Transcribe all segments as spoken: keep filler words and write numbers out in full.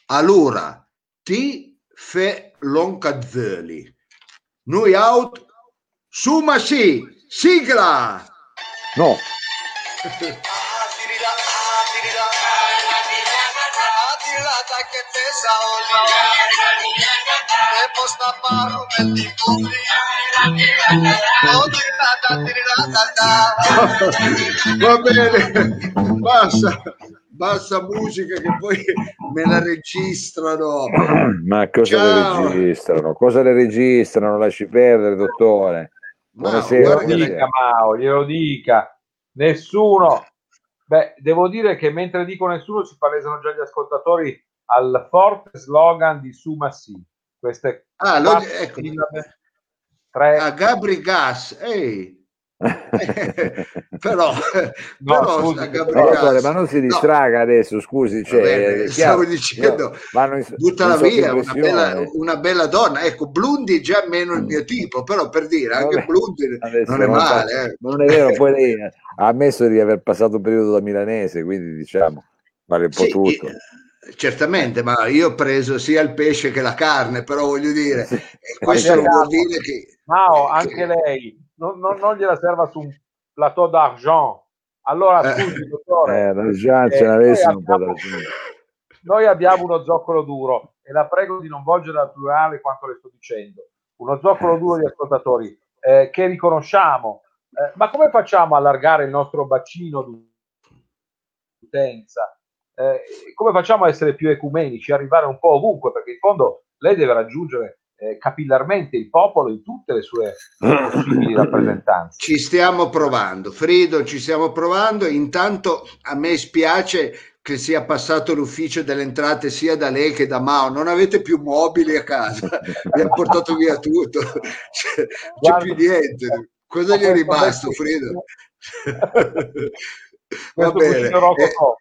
Allora, ti fe loncazzeli. Noi out. Suma sì, sigla! No. Va bene, basta, basta musica che poi me la registrano. Ma cosa Ciao. le registrano? Cosa le registrano? Lasci perdere, dottore. Buonasera. Guarda, Glielo dica Mao, glielo dica. Nessuno. Beh, devo dire che mentre dico nessuno si palesano già gli ascoltatori al forte slogan di Suma Sì. Queste ah, lo, quattro ecco, sillabe, tre... a Gabri Gas, ehi. però, No, però scusi, a Gabri Ma dottore, Gas, ma non si no. distraga adesso, scusi, Va cioè, bene, è stavo chiaro, dicendo, no, vanno in, in buttala via, una bella, sottopressione. una bella donna. Ecco, Blundi è già meno il mio tipo, però per dire, anche Vabbè, Blundi adesso non è non, fa- male. non è vero, poi lei ha ammesso di aver passato un periodo da milanese, quindi diciamo, vale un po' Sì, eh, tutto. certamente, ma io ho preso sia il pesce che la carne, però voglio Eh, dire, sì, eh, ma è questo stia non chiaro. vuol calmo. dire che... Mao, eh, anche che- lei, non, non, non gliela serva su un plateau d'argent. Allora, eh, scusi, dottore, Eh, ragione, ce eh, noi n'avessimo un po' da abbiamo, ragione. noi abbiamo uno zoccolo duro e la prego di non volgere al plurale quanto le sto dicendo. Uno zoccolo Eh, duro sì. di ascoltatori eh, che riconosciamo. Eh, ma come facciamo a allargare il nostro bacino d'utenza? Eh, come facciamo a essere più ecumenici, arrivare un po' ovunque? Perché in fondo lei deve raggiungere eh, capillarmente il popolo in tutte le sue possibili rappresentanze. Ci stiamo provando, Frido, ci stiamo provando. Intanto a me spiace che sia passato l'ufficio delle entrate sia da lei che da Mao. Non avete più mobili a casa, vi hanno portato via tutto, c'è, c'è più Guarda, niente. Cosa ho gli è questo rimasto, vecchio, Frido? Va questo bene. cuscino Eh, rococò.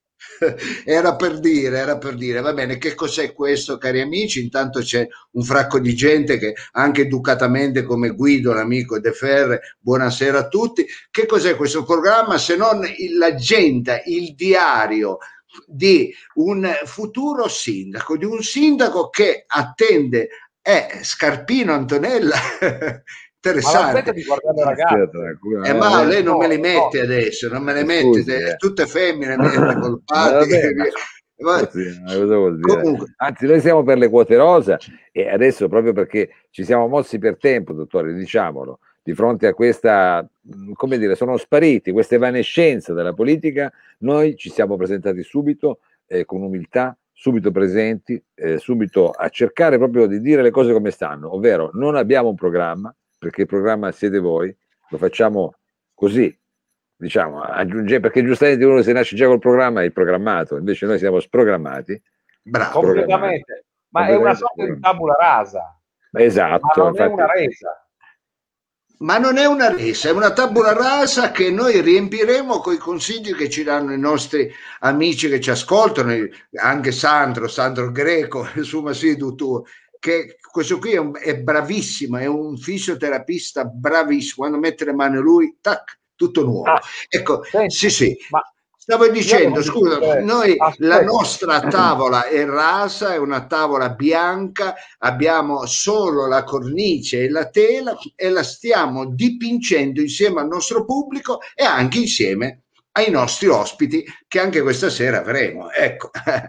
Era per dire, era per dire, va bene, che cos'è questo, cari amici? Intanto c'è un fracco di gente che anche educatamente come Guido, l'amico De Ferre, buonasera a tutti. Che cos'è questo programma se non l'agenda, il diario di un futuro sindaco, di un sindaco che attende è Scarpino Antonella. Ma la smetta Interessante. di guardare le Eh, stia ragazze. tranquillo, Eh, ma eh, lei non me No, li no. mette adesso, non me le eh, mette, scusi, de- eh. tutte femmine mette col Ma pati. vabbè, ma Va- scusi, ma cosa vuol dire? Comunque, Anzi, noi siamo per le quote rosa e adesso proprio perché ci siamo mossi per tempo, dottore, diciamolo, di fronte a questa, mh, come dire, sono spariti, questa evanescenza della politica, noi ci siamo presentati subito eh, con umiltà, subito presenti, eh, subito a cercare proprio di dire le cose come stanno, ovvero non abbiamo un programma, perché il programma siete voi, lo facciamo così, diciamo, aggiunge, perché giustamente uno se nasce già col programma è programmato, invece noi siamo sprogrammati, bravo. sprogrammati, Completamente. Ma è una completamente sorta di sprogrammati. tabula rasa, ma Esatto, non è infatti, una resa. Ma non è una resa, è una tabula rasa che noi riempiremo con i consigli che ci danno i nostri amici che ci ascoltano, anche Sandro, Sandro Greco, insomma sì, tu, tu, che questo qui è, un- è bravissimo, è un fisioterapista bravissimo, quando mette le mani a lui, tac, tutto nuovo. Ah, Ecco, sì, senta, sì. ma Stavo io devo dicendo, scusa, discutere. noi la Aspetti, nostra tavola è rasa, è una tavola bianca, abbiamo solo la cornice e la tela e la stiamo dipingendo insieme al nostro pubblico e anche insieme ai nostri ospiti che anche questa sera avremo. Ecco.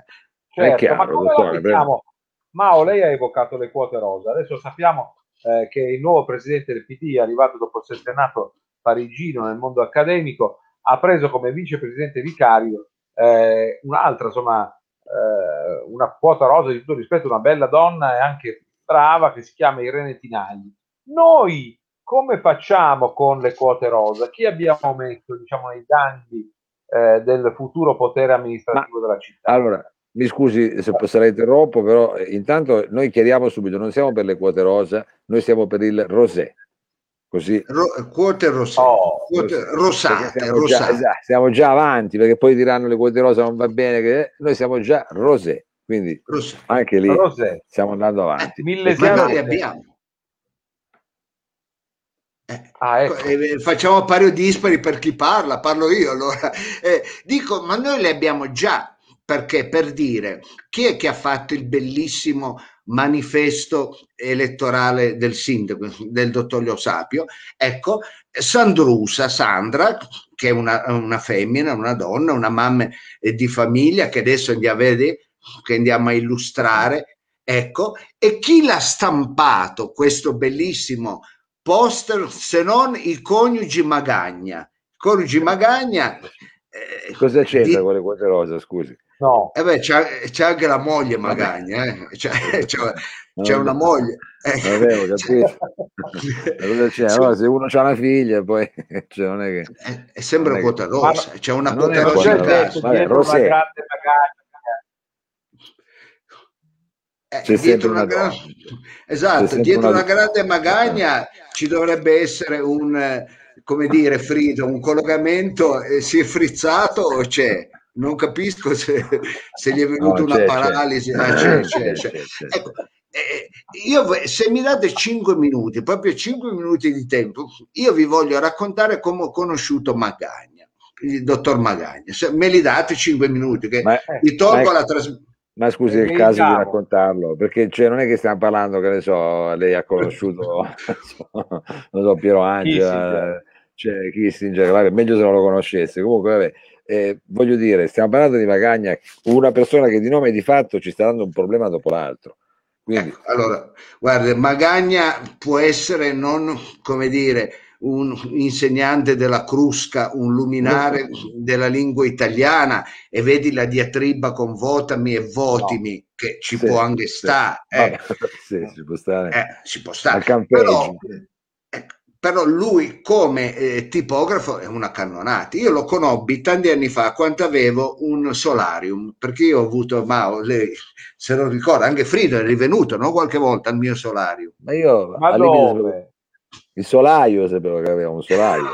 è certo, ma chiaro, come la dottore. pre- mettiamo? Mao, lei ha evocato le quote rosa. Adesso sappiamo eh, che il nuovo presidente del P D, arrivato dopo il settennato parigino nel mondo accademico, ha preso come vicepresidente vicario eh, un'altra, insomma, eh, una quota rosa di tutto rispetto, una bella donna e anche brava che si chiama Irene Tinagli. Noi come facciamo con le quote rosa? Chi abbiamo messo, diciamo, nei danni eh, del futuro potere Ma amministrativo della città? allora, mi scusi se posso la interrompo, però eh, intanto noi chiariamo subito, non siamo per le quote rosa, noi siamo per il rosé, così Ro- quote rosé, Oh, quote rosé, perché rosate, siamo già, rosate. esatto, siamo già avanti, perché poi diranno le quote rosa non va bene, che- noi siamo già rosé, quindi Rosate. anche lì Rosé, stiamo andando Eh, avanti. ma noi le Mettiamo, millesimoste. abbiamo. Eh, Ah, co- ecco. eh, facciamo pari o dispari per chi parla, parlo io allora. Eh, dico, ma noi le abbiamo già perché per dire chi è che ha fatto il bellissimo manifesto elettorale del sindaco, del dottor Lo Sapio? Ecco, Sandrusa, Sandra, che è una, una femmina, una donna, una mamma di famiglia che adesso andiamo a vedere, che andiamo a illustrare, ecco, e chi l'ha stampato questo bellissimo poster se non i coniugi Magagna? I coniugi Magagna. Eh, cosa c'entra di... con le quote rosa, scusi? No. Eh beh, c'è, c'è anche la moglie Magagna, eh? c'è, c'è, c'è una moglie. Eh. Vabbè, ho capito. Cosa c'è? Allora, se uno ha una figlia, poi cioè, non è che... È, è sempre quota rosa, c'è una quota rosa in casa. Vabbè, Rosè. Una grande Eh, c'è dietro una, una gra... esatto, dietro una... una grande Magagna ci dovrebbe essere un, come dire, Frido, un collegamento, eh, si è frizzato o c'è? Non capisco se, se gli è venuta no, una c'è, paralisi. C'è. Ah, c'è, c'è, c'è. C'è. Ecco, eh, io, se mi date cinque minuti, proprio cinque minuti di tempo, io vi voglio raccontare come ho conosciuto Magagna, il dottor Magagna. Se me li date cinque minuti, che ma, vi tolgo la trasmissione. Ma scusi, è il caso di raccontarlo, perché cioè, non è che stiamo parlando, che ne so, lei ha conosciuto, non so, Piero Angela, cioè, Kissinger, vabbè, meglio se non lo conoscesse. Comunque, vabbè, eh, voglio dire, stiamo parlando di Magagna, una persona che di nome e di fatto ci sta dando un problema dopo l'altro. Quindi... Ecco, allora, guarda, Magagna può essere non, come dire, un insegnante della Crusca, un luminare della lingua italiana, e vedi la diatriba con votami e votimi, no. Che ci sì, può anche sì. stare. Eh. Sì, ci può stare. Eh, ci può stare. Però, eh, però lui come eh, tipografo è una cannonata. Io lo conobbi tanti anni fa quando avevo un solarium, perché io ho avuto, ma lei se lo ricorda, anche Frido è rivenuto, no? Qualche volta al mio solarium. Ma io ma dove? Il solaio, sapevo che aveva un solaio.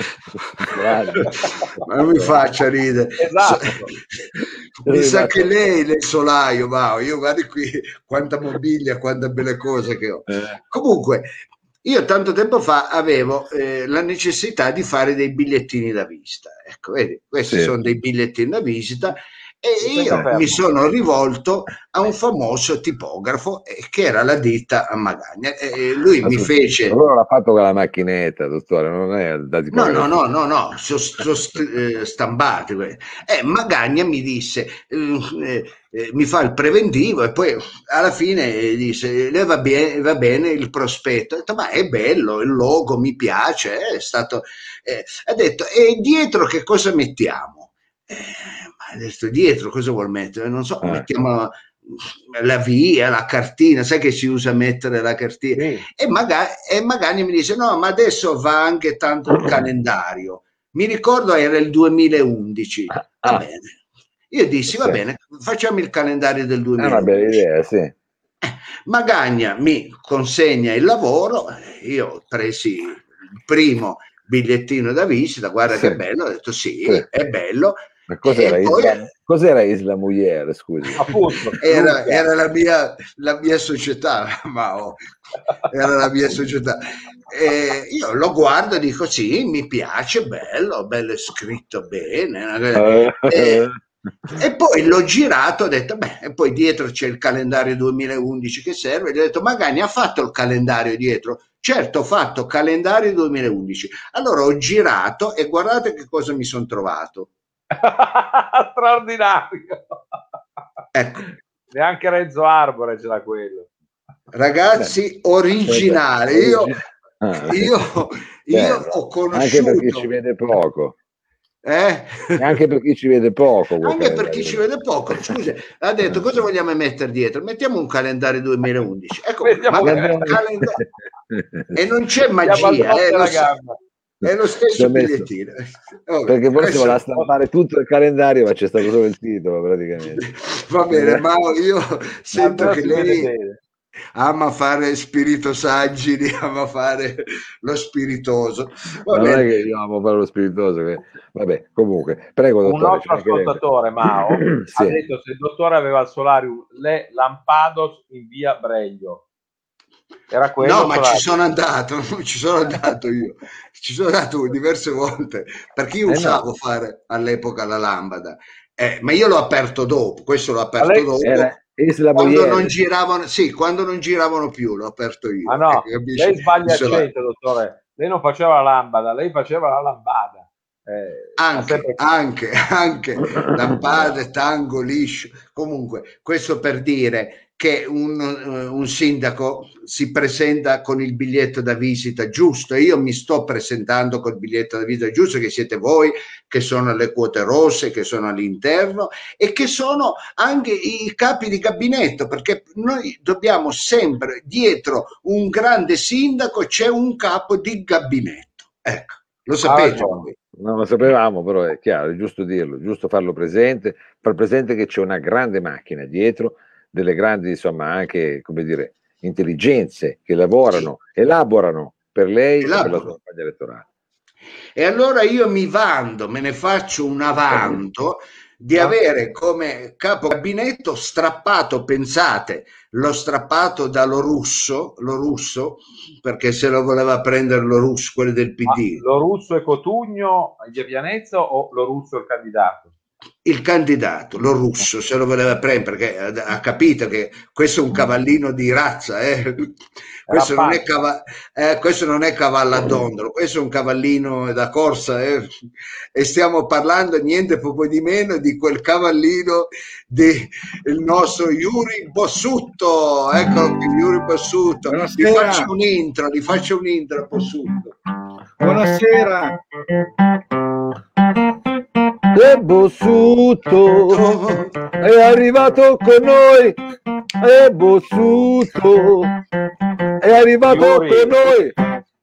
Ma non mi faccia ridere. Esatto. Mi sa che lei nel solaio, ma io guardi qui quanta mobilia, quante belle cose che ho. Eh. Comunque, io tanto tempo fa avevo eh, la necessità di fare dei bigliettini da visita. Ecco, vedi, questi sì. sono dei bigliettini da visita. E io mi sono rivolto a un famoso tipografo eh, che era la ditta a Magagna, e lui mi fece. Allora l'ha fatto con la macchinetta, dottore, non è da no no no no no sono so st eh, stampati. Eh, Magagna mi disse eh, eh, mi fa il preventivo e poi alla fine disse le va bene, va bene il prospetto. Ho detto ma è bello il logo, mi piace, è stato eh. Ha detto e dietro che cosa mettiamo? Eh, Adesso dietro cosa vuol mettere? Non so, eh. mettiamo la via, la cartina, sai che si usa mettere la cartina? Sì. E, magari, e magari mi dice no, ma adesso va anche tanto il calendario. Mi ricordo era il duemilaundici. Ah. Va bene. Io dissi, va sì. bene, facciamo il calendario del duemilaundici. È una bella idea, sì. Magagna mi consegna il lavoro, io presi il primo bigliettino da visita, guarda sì. che bello, ho detto sì, sì. è bello. Ma cos'era Isla, cos'era Isla Mugliere, scusi? Appunto, era, era la, mia, la mia società, Mao. Era la mia società. E io lo guardo e dico sì, mi piace, bello, bello scritto bene. E, e poi l'ho girato, ho detto, beh, e poi dietro c'è il calendario duemilaundici che serve. E gli ho detto, Magagna ha fatto il calendario dietro? Certo, ho fatto calendario duemilaundici. Allora ho girato e guardate che cosa mi sono trovato. Straordinario. Ecco. Neanche Renzo Arbore ce l'ha quello. Ragazzi, originale. Io, io, io ho conosciuto. Anche perché ci vede poco. Eh? Anche per chi ci vede poco. Anche per chi ci vede poco. Scusa, ha detto cosa vogliamo mettere dietro? Mettiamo un calendario duemilaundici. Ecco, magari, calendario... E non c'è magia. Eh, lo so. È lo stesso bigliettino. Oh, perché poi si voleva stampare tutto il calendario, ma c'è stato solo il titolo praticamente. Va bene, ma io sento che lei ama fare spirito saggini, ama fare lo spiritoso. Va non bene. è che io amo fare lo spiritoso, che... vabbè, comunque, prego dottore. Un nostro ascoltatore, Mao, sì. ha detto se il dottore aveva il solarium Le Lampados in via Breglio. Era no, ma ci sono andato, ci sono andato io, ci sono andato diverse volte perché io eh usavo no. fare all'epoca la lampada Eh, ma io l'ho aperto dopo, questo l'ho aperto lei, dopo. Era Isla quando Boieri. non giravano, sì, quando non giravano più, l'ho aperto io. Ah no, eh, lei sbaglia Insomma, accento, dottore. Lei non faceva la lambada, lei faceva la lambada. Eh, ha Anche, sempre... anche, anche lampade, tango, liscio. Comunque, questo per dire che un, un sindaco si presenta con il biglietto da visita giusto. Io mi sto presentando col biglietto da visita giusto, che siete voi, che sono le quote rosse, che sono all'interno e che sono anche i capi di gabinetto, perché noi dobbiamo sempre, dietro un grande sindaco c'è un capo di gabinetto. Ecco, lo sapete voi. Non lo sapevamo, però è chiaro, è giusto dirlo, è giusto farlo presente, far presente che c'è una grande macchina dietro, delle grandi, insomma, anche, come dire, intelligenze che lavorano, sì, elaborano per lei Elaboro. e per la sua campagna elettorale. E allora io mi vanto, me ne faccio un avanto di avere come capo gabinetto strappato, pensate, l'ho strappato da Lo Russo, Lo Russo, perché se lo voleva prendere Lo Russo, quello del P D. Ma Lo Russo e Cotugno di Pianezza o Lo Russo il candidato? Il candidato, Lo Russo, se lo voleva prendere perché ha capito che questo è un cavallino di razza, eh. questo, non è cava- eh, questo non è cavallo a dondolo, questo è un cavallino da corsa, eh. E stiamo parlando niente poco di meno di quel cavallino del nostro Yuri Bossutto, eccolo qui, Yuri Bossutto. Gli faccio un intro, gli faccio un intro a Bossutto. Buonasera. E Bossutto è arrivato con noi, e Bossutto è arrivato Yuri. con noi.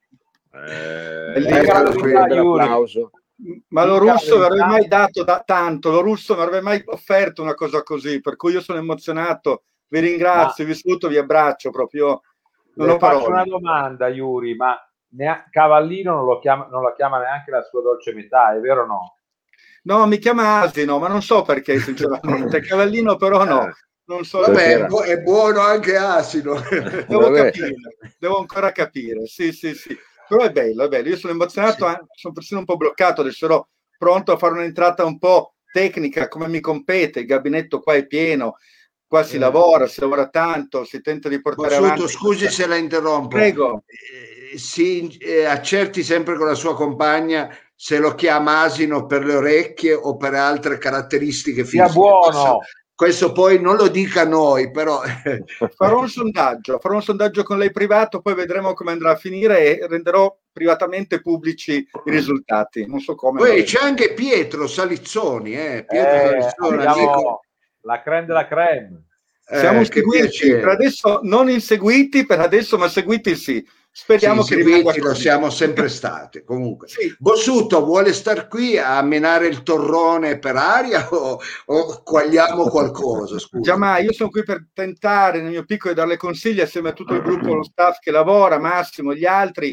Eh, applauso. Ma Lo Russo mi avrebbe mai dato da, tanto, Lo Russo mi avrebbe mai offerto una cosa così, per cui io sono emozionato, vi ringrazio, ma... vi saluto, vi abbraccio proprio. Non ho faccio una domanda, Yuri, ma ne Cavallino non lo chiama, non la chiama neanche la sua dolce metà, è vero o no? No, mi chiama Asino, ma non so perché, sinceramente. Cavallino però no. Non so. Vabbè, è, bu- è buono anche Asino. Devo capire, devo ancora capire. Sì, sì, sì. Però è bello, è bello. Io sono emozionato, sì. Sono persino un po' bloccato, adesso ero pronto a fare un'entrata un po' tecnica, come mi compete. Il gabinetto qua è pieno, qua si eh. lavora, si lavora tanto, si tenta di portare Bossuto, avanti. Scusi se la interrompo. Prego. Eh, si eh, accerti sempre con la sua compagna se lo chiama Asino per le orecchie o per altre caratteristiche fisiche. Sia buono. Questo, questo poi non lo dica a noi, però farò un sondaggio, farò un sondaggio con lei privato, poi vedremo come andrà a finire e renderò privatamente pubblici i risultati. Non so come. Poi c'è anche Pietro Salizzoni, eh. Pietro eh, Salizzoni, amico. La creme della creme. Siamo Eh, seguiti, per adesso non inseguiti, per adesso, ma seguiti sì. Speriamo sì, che rimanga lo così. siamo sempre stati. Comunque, sì. Bossuto vuole star qui a menare il torrone per aria o, o quagliamo qualcosa? Scusa. Già, io sono qui per tentare nel mio piccolo di darle consigli assieme a tutto il gruppo, lo staff che lavora, Massimo, gli altri.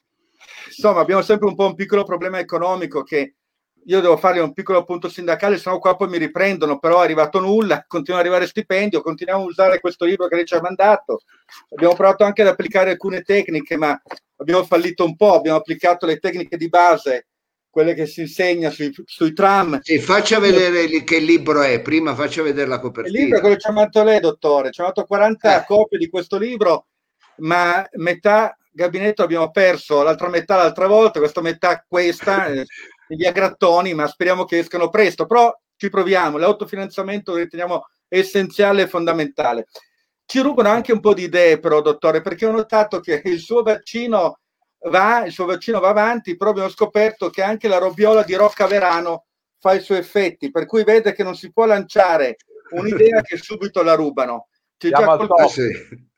Insomma, abbiamo sempre un po' un piccolo problema economico che io devo fare un piccolo punto sindacale, sennò qua poi mi riprendono, però è arrivato nulla, continua ad arrivare stipendio, continuiamo a usare questo libro che lei ci ha mandato. Abbiamo provato anche ad applicare alcune tecniche, ma abbiamo fallito un po', abbiamo applicato le tecniche di base, quelle che si insegna sui, sui tram. Sì, faccia vedere che libro è, prima faccia vedere la copertina. Il libro è quello che ci ha mandato lei, dottore, ci ha mandato quaranta eh. copie di questo libro, ma metà gabinetto abbiamo perso, l'altra metà l'altra volta, questa metà questa... via Grattoni, ma speriamo che escano presto, però ci proviamo, l'autofinanziamento lo riteniamo essenziale e fondamentale. Ci rubano anche un po' di idee però, dottore, perché ho notato che il suo vaccino va, il suo vaccino va avanti, però abbiamo scoperto che anche la robbiola di Roccaverano fa i suoi effetti, per cui vede che non si può lanciare un'idea che subito la rubano. C'è già col... ah, sì.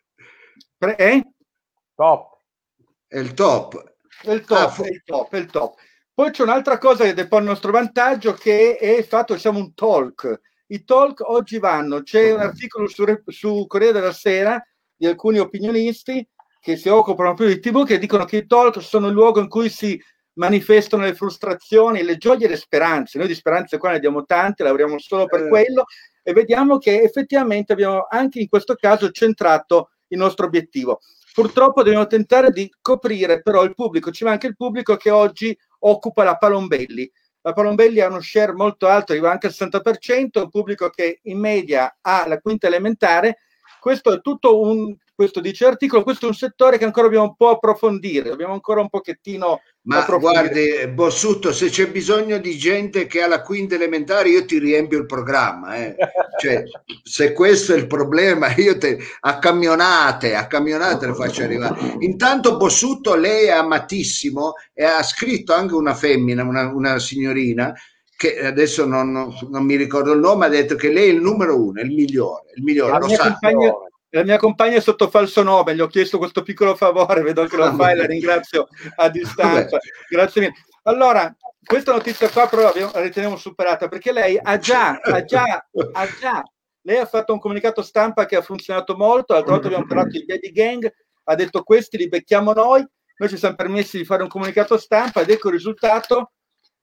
Pre- eh? Top. È il top. È il top, ah, fu- è il top, è il top. Poi c'è un'altra cosa che è poi a nostro vantaggio, che è il fatto che siamo un talk. I talk oggi vanno, c'è un articolo su, su Corriere della Sera di alcuni opinionisti che si occupano più di tivù, che dicono che i talk sono il luogo in cui si manifestano le frustrazioni, le gioie e le speranze. Noi di speranze qua ne diamo tante, lavoriamo solo per quello e vediamo che effettivamente abbiamo anche in questo caso centrato il nostro obiettivo. Purtroppo dobbiamo tentare di coprire però il pubblico, ci manca il pubblico che oggi occupa la Palombelli. la Palombelli ha uno share molto alto, arriva anche al sessanta per cento, un pubblico che in media ha la quinta elementare. Questo è tutto un, questo dice l'articolo, questo è un settore che ancora dobbiamo un po' approfondire, dobbiamo ancora un pochettino Ma guardi, Bossutto, se c'è bisogno di gente che ha la quinta elementare, io ti riempio il programma. Eh. Cioè, se questo è il problema, io te, a camionate, a camionate le faccio arrivare. Intanto Bossutto, lei è amatissimo e ha scritto anche una femmina, una, una signorina, che adesso non, non, non mi ricordo il nome, ha detto che lei è il numero uno, è il migliore, il migliore, la lo mia sa. Compagna, la mia compagna è sotto falso nome, gli ho chiesto questo piccolo favore, vedo che lo ah, fa e la ringrazio a distanza. Grazie mille. Allora, questa notizia qua però la riteniamo superata, perché lei ha già, ha già, ha già, lei ha fatto un comunicato stampa che ha funzionato molto, l'altra volta abbiamo parlato di Baby Gang, ha detto questi li becchiamo noi, noi ci siamo permessi di fare un comunicato stampa ed ecco il risultato.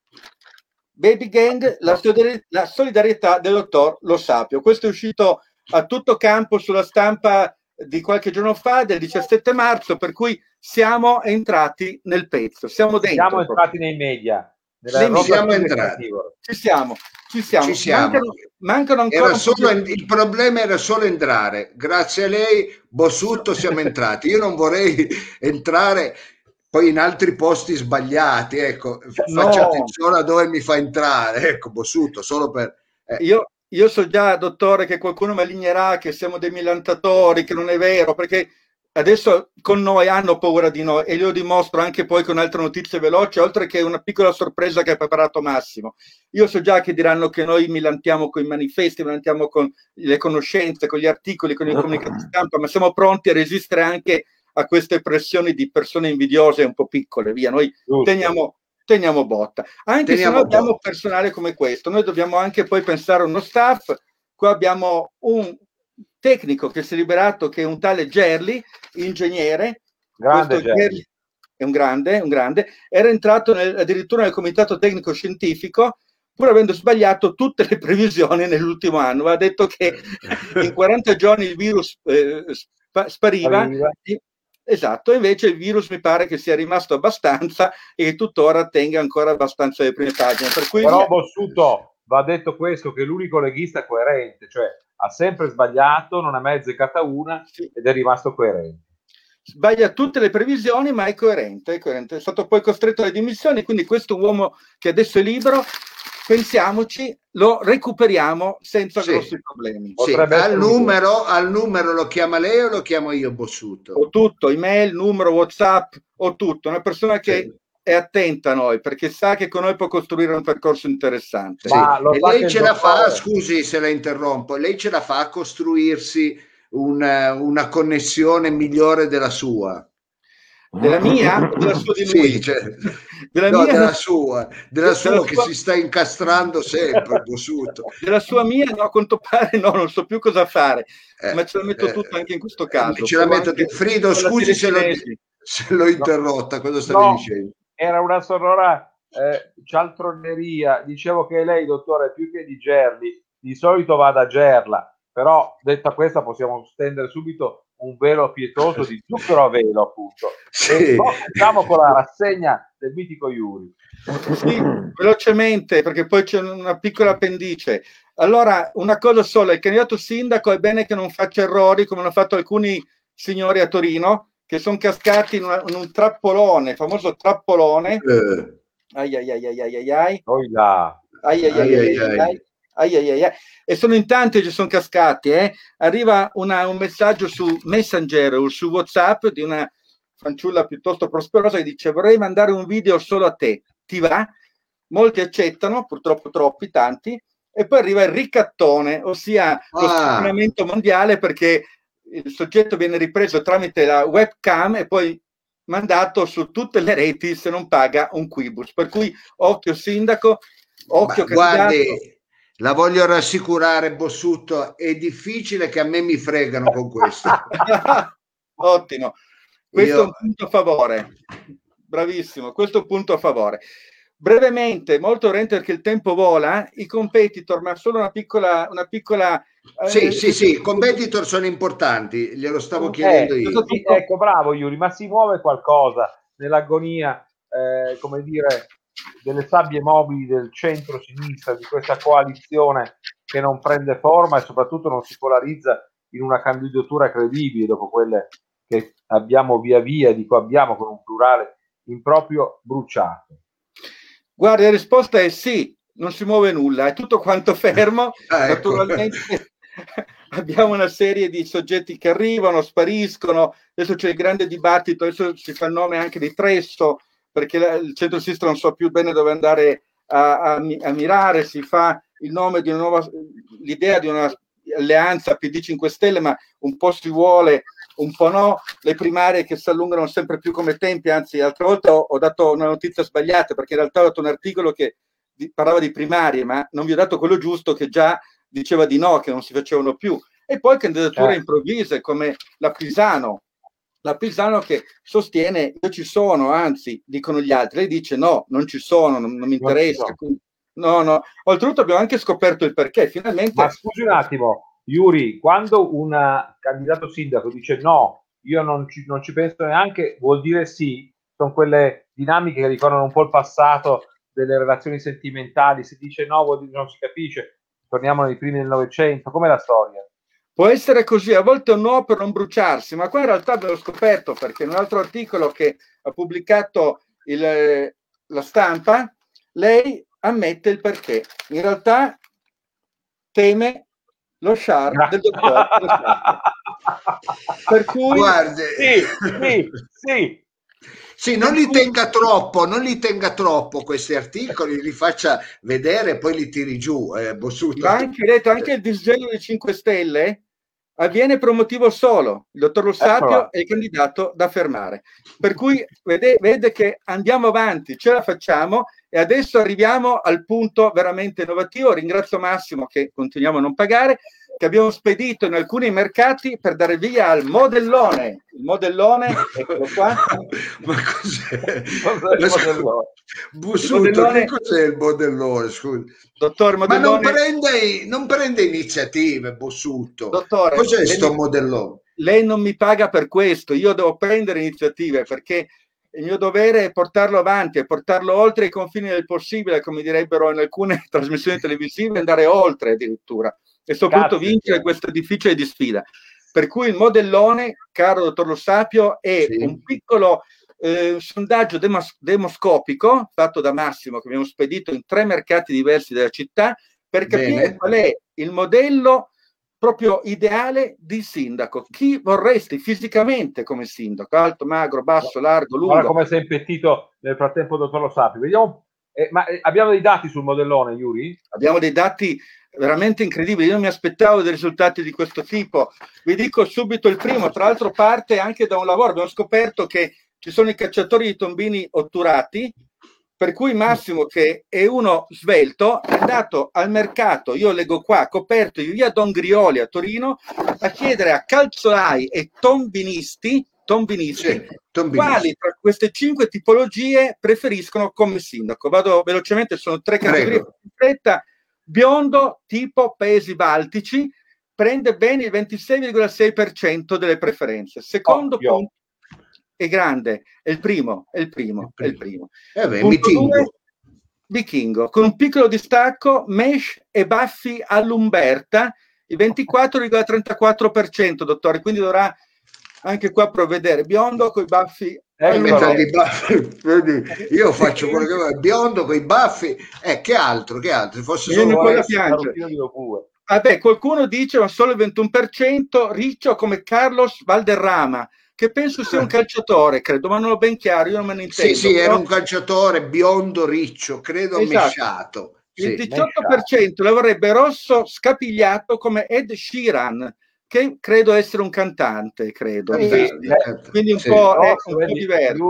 Baby Gang, la, la solidarietà del dottor Lo Sapio. Questo è uscito a tutto campo sulla stampa di qualche giorno fa, del diciassette marzo, per cui siamo entrati nel pezzo, siamo dentro. Siamo entrati nei media. Nei siamo entrati. Ci siamo, ci siamo. Ci siamo. Mancano, mancano ancora era solo, il problema era solo entrare. Grazie a lei, Bossutto, siamo entrati. Io non vorrei entrare poi in altri posti sbagliati, ecco, no. Faccia attenzione a dove mi fa entrare, ecco, Bossutto, solo per... Eh. Io, io so già, dottore, che qualcuno malignerà, che siamo dei millantatori, che non è vero, perché adesso con noi hanno paura di noi, e glielo dimostro anche poi con altre notizie veloci, oltre che una piccola sorpresa che ha preparato Massimo. Io so già che diranno che noi millantiamo con i manifesti, millantiamo con le conoscenze, con gli articoli, con i comunicati stampa, ma siamo pronti a resistere anche a queste pressioni di persone invidiose un po' piccole, via, noi teniamo, teniamo botta, anche teniamo se noi abbiamo botta. Personale come questo, noi dobbiamo anche poi pensare a uno staff. Qua abbiamo un tecnico che si è liberato, che è un tale Gerli, ingegnere, grande Gerli. È un grande, un grande, era entrato nel, addirittura nel comitato tecnico scientifico, pur avendo sbagliato tutte le previsioni nell'ultimo anno, ha detto che in quaranta giorni il virus eh, spariva, spariva. Esatto, invece il virus mi pare che sia rimasto abbastanza e che tuttora tenga ancora abbastanza le prime pagine. Per cui però Bossuto, va detto questo, che l'unico leghista coerente, cioè ha sempre sbagliato, non ha mai azzeccata una, sì, ed è rimasto coerente. Sbaglia tutte le previsioni, ma è coerente, è coerente. È stato poi costretto alle dimissioni, quindi questo uomo che adesso è libero, pensiamoci, lo recuperiamo senza sì. grossi problemi. Sì. Al, numero, al numero lo chiama lei o lo chiamo io, Bossuto? O tutto, email, numero, WhatsApp, o tutto. Una persona che sì. è attenta a noi, perché sa che con noi può costruire un percorso interessante. Sì. E lei ce la fa, scusi se la interrompo, lei ce la fa a costruirsi una, una connessione migliore della sua? Della mia o della sua di lui? Sì, cioè, della, no, mia, della sua, della sua della che sua... si sta incastrando sempre, Bossuto. Della sua mia, no, a quanto pare no, non so più cosa fare, eh, ma ce la metto eh, tutta anche in questo caso. Ce la metto tu. Frido, scusi se l'ho, se l'ho interrotta, no, cosa stavi no, dicendo? Era una sonora eh, cialtroneria, dicevo che lei, dottore, più che di Gerli, di solito va da Gerla, però detta questa possiamo stendere subito un velo pietoso di zucchero a velo, appunto. Sì. E cominciamo con la rassegna del mitico Iuri. Sì, velocemente, perché poi c'è una piccola appendice. Allora, una cosa sola, il candidato sindaco è bene che non faccia errori, come hanno fatto alcuni signori a Torino, che sono cascati in, una, in un trappolone, il famoso trappolone. Eh. Ai ai ai ai ai ai ai. Oh là. Ai ai ai ai ai ai. Ai, ai, ai, ai. E sono in tanti che sono cascati, eh. Arriva una, un messaggio su Messenger o su WhatsApp di una fanciulla piuttosto prosperosa che dice: vorrei mandare un video solo a te, ti va? Molti accettano, purtroppo troppi, tanti, e poi arriva il ricattone, ossia ah. lo sfruttamento mondiale, perché il soggetto viene ripreso tramite la webcam e poi mandato su tutte le reti se non paga un quibus. Per cui occhio sindaco, occhio Ma, guardi, la voglio rassicurare, Bossutto, è difficile che a me mi fregano con questo. Ottimo, questo Io... è un punto a favore, bravissimo, questo è un punto a favore. Brevemente, molto lento perché il tempo vola, i competitor, ma solo una piccola... Una piccola sì, eh, sì, sì, i competitor sono importanti, glielo stavo chiedendo eh, io. Ecco, bravo Iuri, ma si muove qualcosa nell'agonia, eh, come dire... delle sabbie mobili del centro-sinistra, di questa coalizione che non prende forma e soprattutto non si polarizza in una candidatura credibile dopo quelle che abbiamo via via, dico abbiamo con un plurale improprio, bruciato? Guarda, la risposta è sì, non si muove nulla, è tutto quanto fermo. Ah, ecco. Naturalmente abbiamo una serie di soggetti che arrivano, spariscono, adesso c'è il grande dibattito, adesso si fa il nome anche di Tresso, perché la, il centro-sinistra non so più bene dove andare a, a, a mirare, si fa il nome di una nuova, l'idea di una alleanza P D cinque Stelle, ma un po' si vuole, un po' no, le primarie che si allungano sempre più come tempi, anzi l'altra volta ho, ho dato una notizia sbagliata, perché in realtà ho dato un articolo che di, parlava di primarie, ma non vi ho dato quello giusto, che già diceva di no, che non si facevano più. E poi candidature eh. improvvise come la Pisano, la Pisano che sostiene io ci sono, anzi dicono gli altri, lei dice no, non ci sono, non, non mi interessa. No, no. Oltretutto abbiamo anche scoperto il perché, finalmente. Ma scusi un attimo, Yuri, quando un candidato sindaco dice no, io non ci, non ci penso neanche, vuol dire sì? Sono quelle dinamiche che ricordano un po' il passato delle relazioni sentimentali, se dice no vuol dire non si capisce, torniamo nei primi del Novecento, com'è la storia? Può essere così, a volte un no per non bruciarsi, ma qua in realtà abbiamo scoperto, perché in un altro articolo che ha pubblicato il, la Stampa, lei ammette il perché. In realtà teme lo char del dottor. Per cui guardi, sì, sì, sì. Sì, non li tenga troppo, non li tenga troppo questi articoli, li faccia vedere e poi li tiri giù. Eh, Ma anche detto, anche il disgelo dei cinque Stelle avviene per un motivo solo: il dottor Lo Sapio è il candidato da fermare. Per cui vede, vede che andiamo avanti, ce la facciamo, e adesso arriviamo al punto veramente innovativo. Ringrazio Massimo, che continuiamo a non pagare, che abbiamo spedito in alcuni mercati per dare via al modellone. Il modellone, eccolo qua. Ma cos'è? Cos'è il modellone? Bussuto, il modellone... che cos'è il modellone? Scusi. Dottor Modellone... Ma non prende, non prende iniziative, Bussuto. Dottore, cos'è sto modellone? Lei non mi paga per questo, io devo prendere iniziative, perché il mio dovere è portarlo avanti, è portarlo oltre i confini del possibile, come direbbero in alcune trasmissioni televisive, andare oltre addirittura, e soprattutto Grazie, vincere questa difficile di sfida. Per cui il modellone, caro dottor Lo Sapio, è sì. un piccolo eh, sondaggio demos- demoscopico fatto da Massimo, che abbiamo spedito in tre mercati diversi della città, per capire Bene. qual è il modello proprio ideale di sindaco. Chi vorresti fisicamente come sindaco? Alto, magro, basso, largo, lungo? Guarda come si è impettito nel frattempo, dottor Lo Sapio. Vediamo, eh, ma eh, abbiamo dei dati sul modellone, Yuri? Abbiamo dei dati veramente incredibili. Io non mi aspettavo dei risultati di questo tipo. Vi dico subito il primo, tra l'altro parte anche da un lavoro. Abbiamo scoperto che ci sono i cacciatori di tombini otturati, per cui Massimo, che è uno svelto, è andato al mercato, io leggo qua, coperto di via Don Grioli a Torino, a chiedere a calzolai e tombinisti, tombinisti, sì, tombinisti. quali tra queste cinque tipologie preferiscono come sindaco. Vado velocemente, sono tre categorie. Fretta, biondo tipo Paesi Baltici, prende bene il ventisei virgola sei per cento delle preferenze. Secondo oh, punto, è grande, è il primo, è il primo, è il primo. Eh beh, vichingo. Due, vichingo, con un piccolo distacco, mesh e baffi all'Umberta, il ventiquattro virgola trentaquattro per cento, dottore, quindi dovrà anche qua provvedere. Biondo con i baffi. Eh, di baffi. Io faccio quello che vuoi, biondo con i baffi, eh, che altro, che altro? Fosse solo quella piange. Vabbè, qualcuno dice ma solo il ventuno per cento, riccio come Carlos Valderrama, che penso sia un calciatore, credo, ma non ho ben chiaro, io non me ne intendo. Sì, sì, però... era un calciatore biondo, riccio, credo esatto. mesciato. Il sì, diciotto per cento la vorrebbe rosso scapigliato come Ed Sheeran, che credo essere un cantante, credo. Sì, sì, quindi un sì. po', no, è un po' diverso.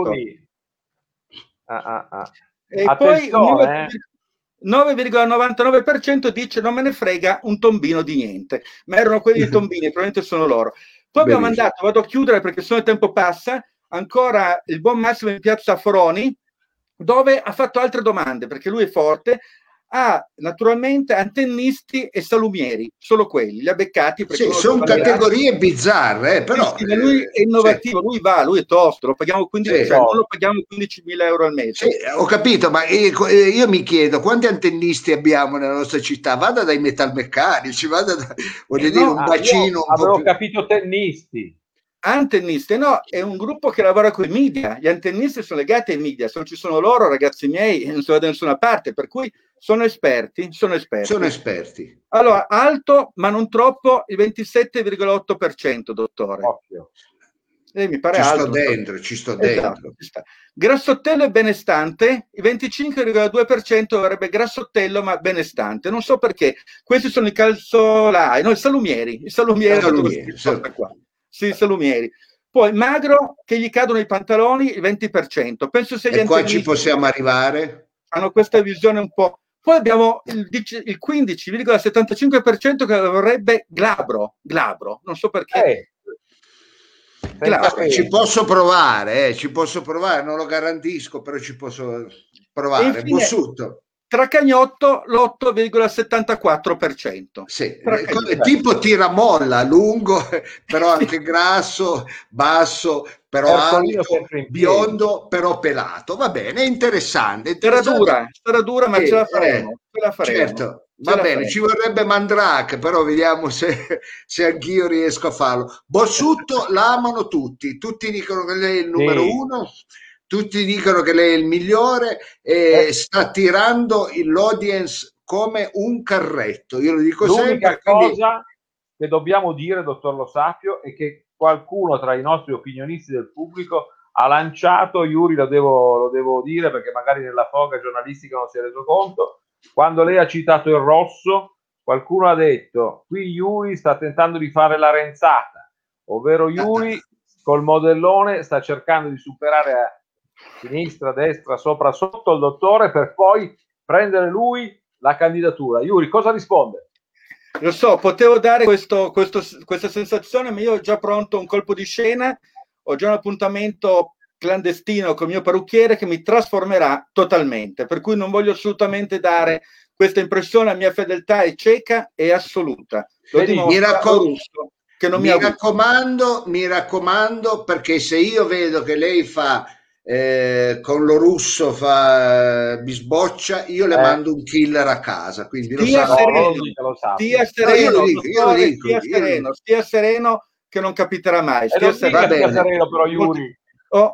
Ah, ah, ah. E Attenzione, poi eh. nove virgola novantanove per cento dice non me ne frega un tombino di niente, ma erano quelli di tombini, probabilmente sono loro. Poi abbiamo Benissimo. mandato, vado a chiudere perché se no il tempo passa, ancora il buon Massimo in piazza Foroni, dove ha fatto altre domande, perché lui è forte, ha naturalmente antennisti e salumieri, solo quelli, li ha beccati. Sì, sono categorie bizzarre, eh, però... Sì, sì, lui è innovativo, sì. Lui va, lui è tosto, lo paghiamo quindici, sì. Cioè, non lo paghiamo quindicimila euro al mese. Sì, ho capito, ma io mi chiedo quanti antennisti abbiamo nella nostra città? Vada dai metalmeccanici, vada da, voglio eh dire, no, un bacino... Ah, un avevo po' più... capito tennisti. Antennisti, no, è un gruppo che lavora con i media, gli antennisti sono legati ai media, se non ci sono loro, ragazzi miei, non si va da nessuna parte, per cui sono esperti, sono esperti. Sono esperti. Allora, alto, ma non troppo, il ventisette virgola otto per cento, dottore. Occhio. Eh, mi pare ci alto. Sto dentro, ci sto dentro. Esatto. Grassottello e benestante, il venticinque virgola due per cento avrebbe grassottello ma benestante. Non so perché. Questi sono i calzolai, no, i salumieri. I salumieri, salumieri sal- qua. Sì, i salumieri. Poi magro, che gli cadono i pantaloni, il venti per cento. Penso sia gli e qua ci possiamo arrivare? Hanno questa visione un po'... Poi abbiamo il, il quindici virgola settantacinque per cento che vorrebbe glabro. Glabro, non so perché. Eh. Claro, ci posso provare, eh, ci posso provare, non lo garantisco, però ci posso provare. Infine, Bossutto. Tracagnotto l'otto virgola settantaquattro per cento. Sì, tipo tiramolla, lungo, però anche grasso, basso, però alto, biondo, però pelato. Va bene, interessante. interessante. Sarà dura, sarà dura, ma sì, ce la faremo. Eh, ce la faremo. Certo. Va bene, faremo. Ci vorrebbe Mandrake, però vediamo se, se anch'io riesco a farlo. Bossutto l'amano tutti, tutti dicono che lei è il numero sì. uno, tutti dicono che lei è il migliore e eh. sta tirando l'audience come un carretto. Io lo dico L'unica sempre. L'unica quindi... cosa che dobbiamo dire, dottor Lo Sapio, è che qualcuno tra i nostri opinionisti del pubblico ha lanciato, Iuri lo devo, lo devo dire perché magari nella foga giornalistica non si è reso conto, quando lei ha citato il rosso, qualcuno ha detto, qui Iuri sta tentando di fare la renzata, ovvero Iuri col modellone sta cercando di superare a sinistra, destra, sopra, sotto il dottore per poi prendere lui la candidatura. Iuri, cosa risponde? Lo so, potevo dare questo, questo, questa sensazione, ma io ho già pronto un colpo di scena, ho già un appuntamento clandestino con il mio parrucchiere che mi trasformerà totalmente, per cui non voglio assolutamente dare questa impressione, la mia fedeltà è cieca e assoluta. Lo mi, raccom- che non mi, mi raccomando, mi raccomando, perché se io vedo che lei fa Eh, con lo russo fa eh, bisboccia, io le eh. mando un killer a casa, quindi stia lo sereno, lo stia sereno, no, io lo dico, io lo dico, stia sereno, stia sereno che non capiterà mai. Stia sereno, stia sereno però Iuri. Oh.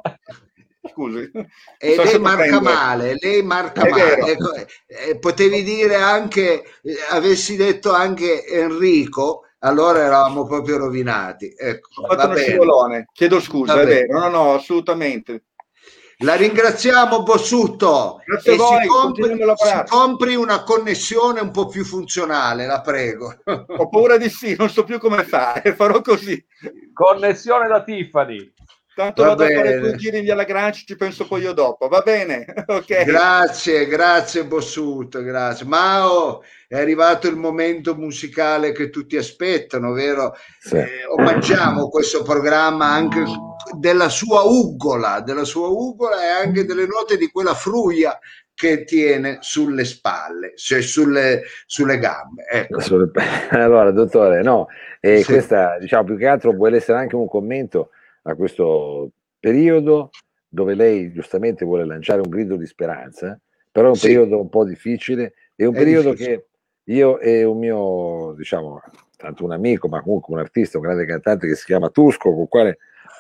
Scusi. E lei marca male, lei marca male. Ecco, eh, potevi dire anche, eh, avessi detto anche Enrico, allora eravamo proprio rovinati. Ecco, ho fatto uno scivolone, chiedo scusa, è vero, no, no, assolutamente. La ringraziamo Bossutto. Grazie e a voi, si, compri, si compri una connessione un po' più funzionale, la prego. Ho paura di sì, non so più come fare, farò così. Connessione da Tiffany. Tanto vado a fare due giri in via Lagrange, ci penso poi io dopo, va bene? Okay. Grazie, grazie Bossutto, grazie. Mao, è arrivato il momento musicale che tutti aspettano, vero? Sì. Eh, omaggiamo questo programma anche della sua ugola, della sua ugola e anche delle note di quella fruia che tiene sulle spalle, cioè sulle, sulle gambe. Ecco. Allora, dottore, no, e sì. Questa, diciamo, più che altro vuole essere anche un commento a questo periodo dove lei giustamente vuole lanciare un grido di speranza, però è un sì. periodo un po' difficile, è un è periodo difficile. Che io e un mio, diciamo, tanto un amico, ma comunque un artista, un grande cantante che si chiama Tusco, con il quale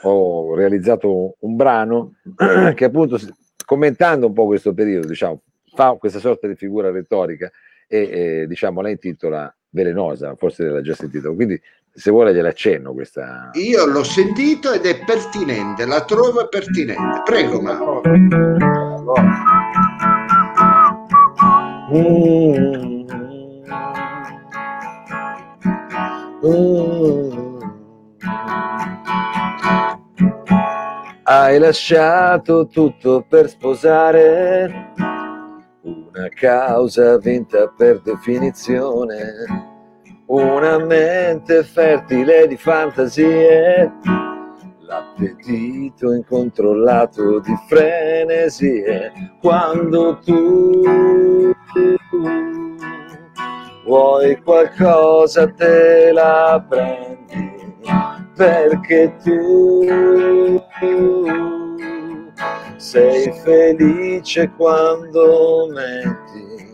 ho realizzato un, un brano che appunto, commentando un po' questo periodo, diciamo, fa questa sorta di figura retorica e, e diciamo, la intitola Velenosa, forse l'ha già sentito, quindi se vuole gliela accenno questa. Io l'ho sentito ed è pertinente, la trovo pertinente. Prego, Mauro. Mm. Mm. Hai lasciato tutto per sposare una causa vinta per definizione. Una mente fertile di fantasie, l'appetito incontrollato di frenesie, quando tu vuoi qualcosa te la prendi, perché tu sei felice quando metti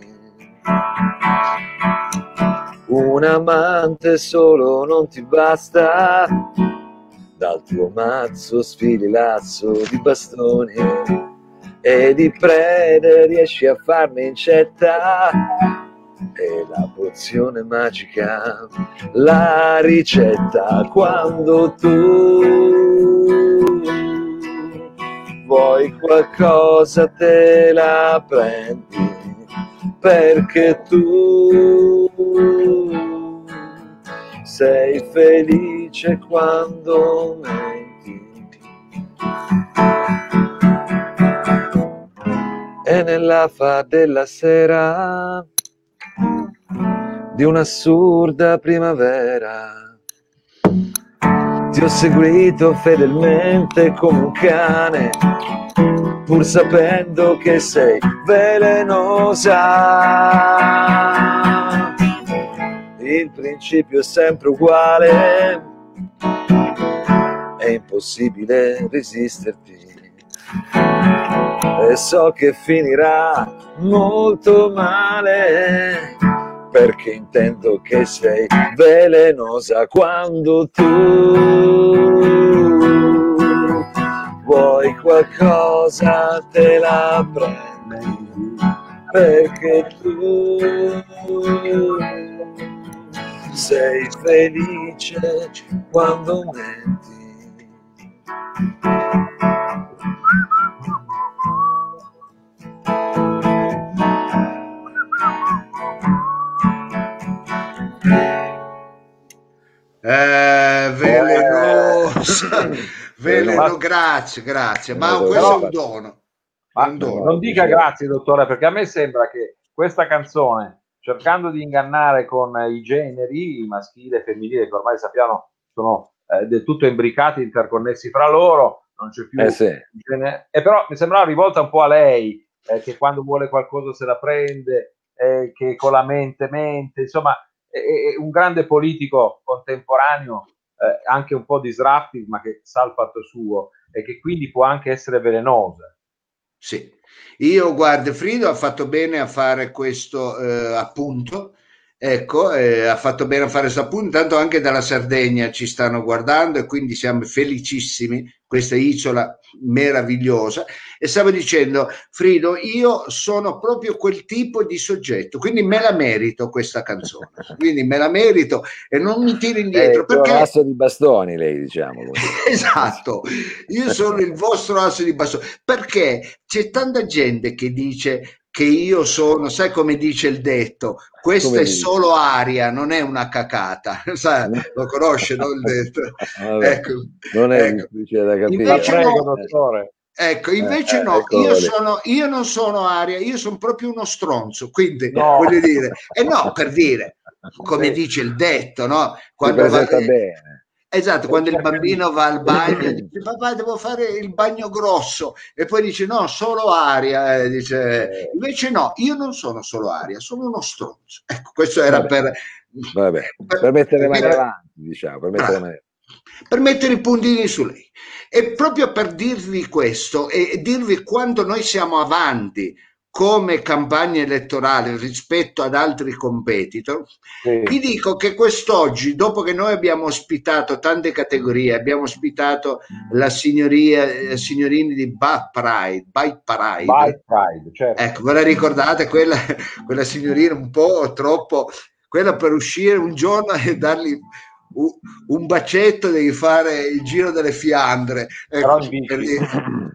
un amante solo non ti basta, dal tuo mazzo sfili lasso di bastoni e di prede riesci a farne incetta, e la pozione magica, la ricetta, quando tu vuoi qualcosa te la prendi, perché tu sei felice quando menti. E nell'afa della sera di un'assurda primavera ti ho seguito fedelmente come un cane, pur sapendo che sei velenosa. Il principio è sempre uguale, è impossibile resisterti, e so che finirà molto male, perché intendo che sei velenosa quando tu vuoi qualcosa te la prendi, perché tu sei felice quando menti. Eh, velenosa, veleno, grazie, grazie, ma questo è un dono. Ma un dono. Non dica grazie, dottore, perché a me sembra che questa canzone, cercando di ingannare con i generi maschile e femminile, che ormai sappiamo sono eh, del tutto imbricati, interconnessi fra loro, non c'è più eh sì. genere, e però mi sembrava rivolta un po' a lei, eh, che quando vuole qualcosa se la prende, eh, che con la mente mente, insomma è, è un grande politico contemporaneo, eh, anche un po' disruptive, ma che sa il fatto suo e che quindi può anche essere velenosa. Sì, io guardo, Frido ha fatto bene a fare questo eh, appunto, ecco, eh, ha fatto bene a fare questo appunto, tanto anche dalla Sardegna ci stanno guardando e quindi siamo felicissimi, questa isola meravigliosa. E stavo dicendo, Frido, io sono proprio quel tipo di soggetto, quindi me la merito questa canzone, quindi me la merito e non mi tiro indietro, eh, perché... un asso di bastoni, lei, diciamo. Esatto, io sono il vostro asso di bastone, perché c'è tanta gente che dice che io sono, sai come dice il detto, questa Come è dice? solo aria, non è una cacata, sai, lo conosce, no, il detto? Vabbè, Ecco, non è ecco. difficile da capire. Invece Prego, no, dottore. ecco, invece Eh, no, eccolo io lì. sono, io non sono aria, io sono proprio uno stronzo, quindi No. voglio dire, e no, per dire, come Sì. dice il detto, no? Si Quando va, presenta bene. esatto, quando il cerca bambino di- va al bagno dice papà devo fare il bagno grosso e poi dice no, solo aria, eh, dice, Eh. invece no, io non sono solo aria, sono uno stronzo. Ecco, questo era Vabbè, per, vabbè, per, per mettere le mani per- avanti, diciamo, per mettere le mani per mettere i puntini su lei. E proprio per dirvi questo e dirvi quanto noi siamo avanti come campagna elettorale rispetto ad altri competitor, Sì. vi dico che quest'oggi, dopo che noi abbiamo ospitato tante categorie, abbiamo ospitato la signoria, eh, signorini di Bike Pride, Bike Pride, Bike Pride, certo. ecco, ve la ricordate quella, quella signorina un po' troppo, quella per uscire un giorno e dargli un, un bacetto devi fare il giro delle Fiandre, ecco, Però in bici. per dire,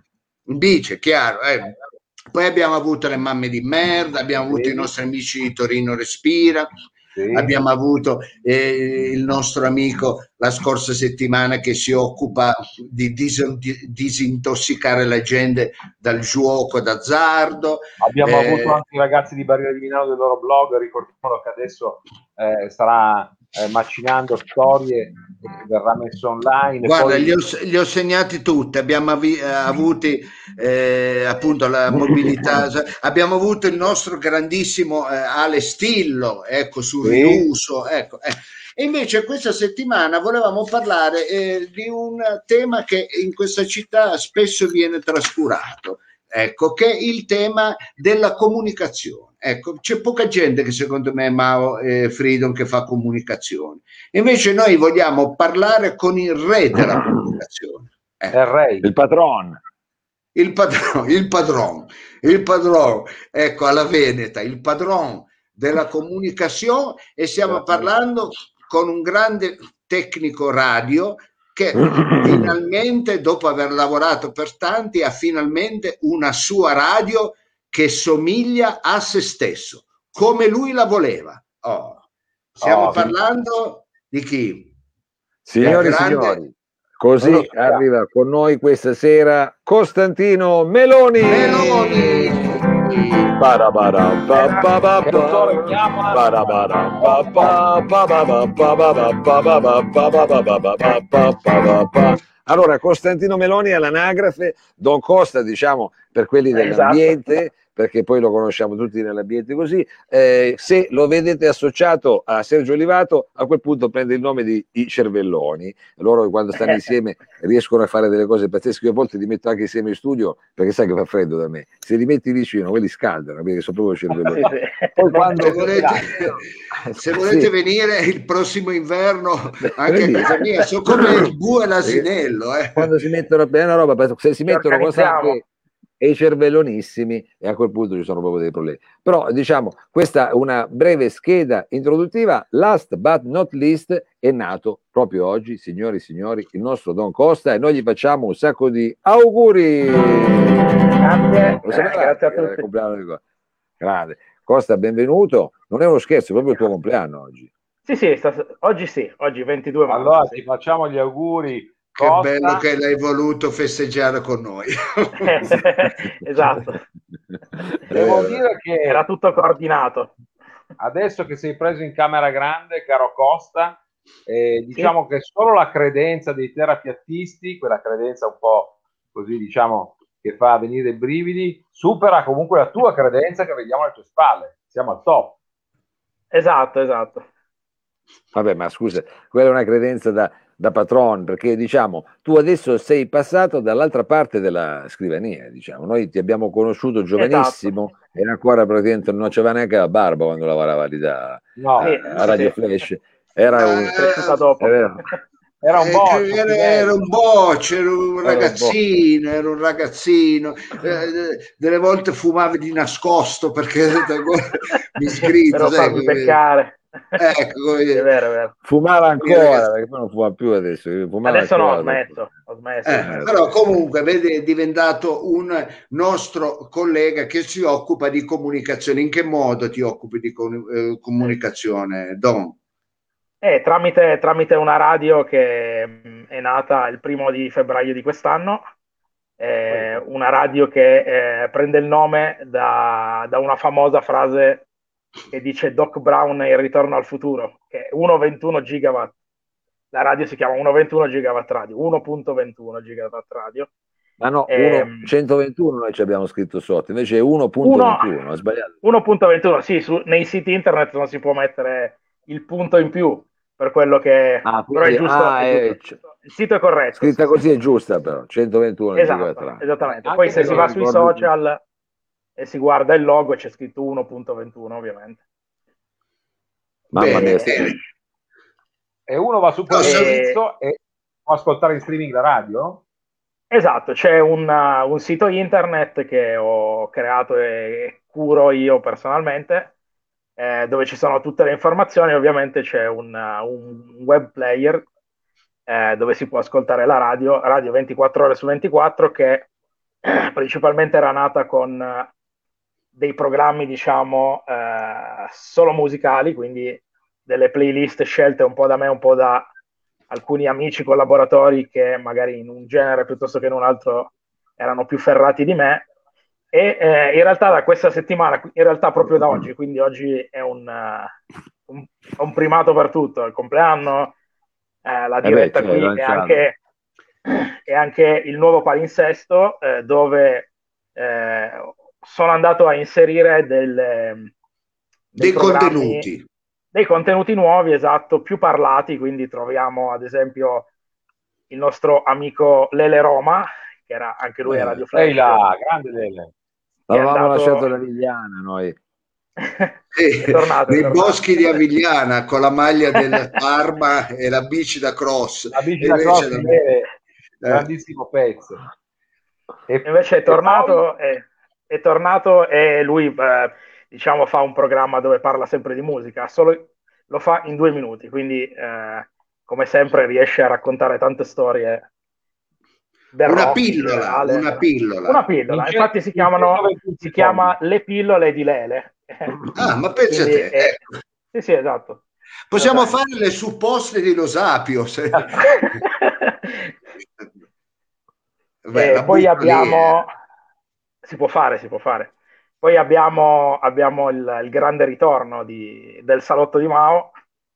in bici, chiaro, eh. Poi abbiamo avuto le mamme di merda, abbiamo avuto Sì. i nostri amici di Torino Respira, Sì. abbiamo avuto eh, il nostro amico la scorsa settimana che si occupa di dis- disintossicare la gente dal gioco d'azzardo. Abbiamo eh, avuto anche i ragazzi di Barriere di Milano del loro blog, ricordiamolo che adesso eh, sarà eh, macinando storie che verrà messo online. Guarda, poi... li ho, li ho segnati tutti, abbiamo avi, eh, avuti eh, appunto la mobilità, abbiamo avuto il nostro grandissimo eh, Ale Stillo, ecco, sul Sì. riuso, ecco. Eh. E invece questa settimana volevamo parlare eh, di un tema che in questa città spesso viene trascurato, ecco, che è il tema della comunicazione. Ecco, c'è poca gente che secondo me, Mao e Freedom, che fa comunicazione. Invece noi vogliamo parlare con il re della comunicazione. Ecco. Il re. Il patron. Il padron, il padron, il padron, ecco, alla Veneta, il padron della comunicazione, e stiamo parlando con un grande tecnico radio che finalmente, dopo aver lavorato per tanti, ha finalmente una sua radio che somiglia a se stesso, come lui la voleva. Oh. Stiamo Oh, parlando di chi? Signori e grande... signori, così arriva con noi questa sera Costantino Meloni. Meloni! Allora, Costantino Meloni è l'anagrafe, Don Costa, diciamo, per quelli dell'ambiente, esatto, perché poi lo conosciamo tutti nell'ambiente così. Eh, se lo vedete associato a Sergio Olivato, a quel punto prende il nome di i cervelloni. Loro quando stanno insieme riescono a fare delle cose pazzesche. Io a volte li metto anche insieme in studio, perché sai che fa freddo da me. Se li metti vicino, quelli scaldano, perché sono proprio cervelloni. Sì, sì. Poi quando se volete, se volete sì. venire il prossimo inverno anche a casa mia, sono come il bue e l'asinello. Eh. Quando si mettono è una roba, se si mettono cosa anche e i cervellonissimi, e a quel punto ci sono proprio dei problemi. Però diciamo, questa è una breve scheda introduttiva. Last but not least è nato proprio oggi, signori e signori, il nostro Don Costa, e noi gli facciamo un sacco di auguri. Grazie, eh, grazie a tutti. Compleanno. Grande. Costa, benvenuto. Non è uno scherzo, è proprio il tuo compleanno oggi. Sì, sì, sta, oggi sì, oggi ventidue marzo. Allora ti facciamo gli auguri. Che Costa. bello che l'hai voluto festeggiare con noi. Esatto. Devo dire che era tutto coordinato. Adesso che sei preso in camera grande, caro Costa, eh, diciamo sì. che solo la credenza dei terapiattisti, quella credenza un po' così, diciamo, che fa venire i brividi, supera comunque la tua credenza che vediamo alle tue spalle. Siamo al top. Esatto, esatto. Vabbè, ma scusa, quella è una credenza da, da patron, perché diciamo, tu adesso sei passato dall'altra parte della scrivania, diciamo. Noi ti abbiamo conosciuto giovanissimo, esatto. Era ancora praticamente, non c'aveva neanche la barba quando lavorava lì da, no, a, a Radio sì. Flash. Era un... Eh, Era un boccio, era, era un boccio, era un ragazzino, era un ragazzino. Eh, delle volte fumavi di nascosto perché mi iscritto. Per farmi peccare. Ecco, è vero, è vero. Fumava ancora, perché poi non fuma più adesso. Fumava adesso no, ho ancora, smesso. Ho smesso. Eh, però comunque vedi, è diventato un nostro collega che si occupa di comunicazione. In che modo ti occupi di com- eh, comunicazione, Don? Eh, tramite, tramite una radio che mh, è nata il primo di febbraio di quest'anno, eh, una radio che eh, prende il nome da, da una famosa frase che dice Doc Brown e il ritorno al futuro, che è uno virgola ventuno gigawatt. La radio si chiama uno virgola ventuno gigawatt radio, uno virgola ventuno gigawatt radio. Ma no, eh, centoventuno noi ci abbiamo scritto sotto, invece è uno virgola ventuno, ho sbagliato. uno virgola ventuno, sì, su, nei siti internet non si può mettere il punto in più, per quello che ah, però è giusto, ah, è giusto. Il sito è corretto, scritta sì, così sì. È giusta, però centoventuno esatto, esattamente. Poi se si va sui social di... e si guarda il logo c'è scritto uno virgola ventuno ovviamente. Mamma mia, e uno va su quel servizio e... e può ascoltare in streaming la radio? Esatto, c'è un, uh, un sito internet che ho creato e curo io personalmente, Eh, dove ci sono tutte le informazioni. Ovviamente c'è un, uh, un web player eh, dove si può ascoltare la radio, radio ventiquattro ore su ventiquattro, che eh, principalmente era nata con uh, dei programmi, diciamo, eh, solo musicali, quindi delle playlist scelte un po' da me, un po' da alcuni amici collaboratori che magari in un genere piuttosto che in un altro erano più ferrati di me. E eh, in realtà da questa settimana, in realtà proprio da oggi, quindi oggi è un, uh, un, un primato per tutto, il compleanno, eh, la Eh beh, diretta cioè, qui è lanciarlo. anche, è anche il nuovo palinsesto, eh, dove eh, sono andato a inserire delle, dei Dei programmi, contenuti. dei contenuti nuovi, esatto, più parlati, quindi troviamo ad esempio il nostro amico Lele Roma, che era anche lui a Radio Ehi Flash, là, grande Lele. che è Avevamo andato... lasciato la Vigliana noi. è tornato, è Nei tornato. boschi di Avigliana con la maglia del Parma e la bici da cross. La bici E da invece cross la- di Lele, eh, grandissimo pezzo. E, Invece è e poi tornato, e, è tornato e lui, eh, diciamo, fa un programma dove parla sempre di musica, solo lo fa in due minuti, quindi eh, come sempre riesce a raccontare tante storie del una rock in pillola, generale. una pillola. Una pillola, in infatti si in chiamano, centoventun si secondi. chiama Le pillole di Lele. Ah, ma pensa a Quindi te, è- ecco. sì, sì, esatto. Possiamo Esattamente. fare le supposte di Lo Sapio. se- Beh, E la poi butto lì. eh. abbiamo, si può fare, si può fare. Poi abbiamo, abbiamo il, il grande ritorno di- del salotto di Mao,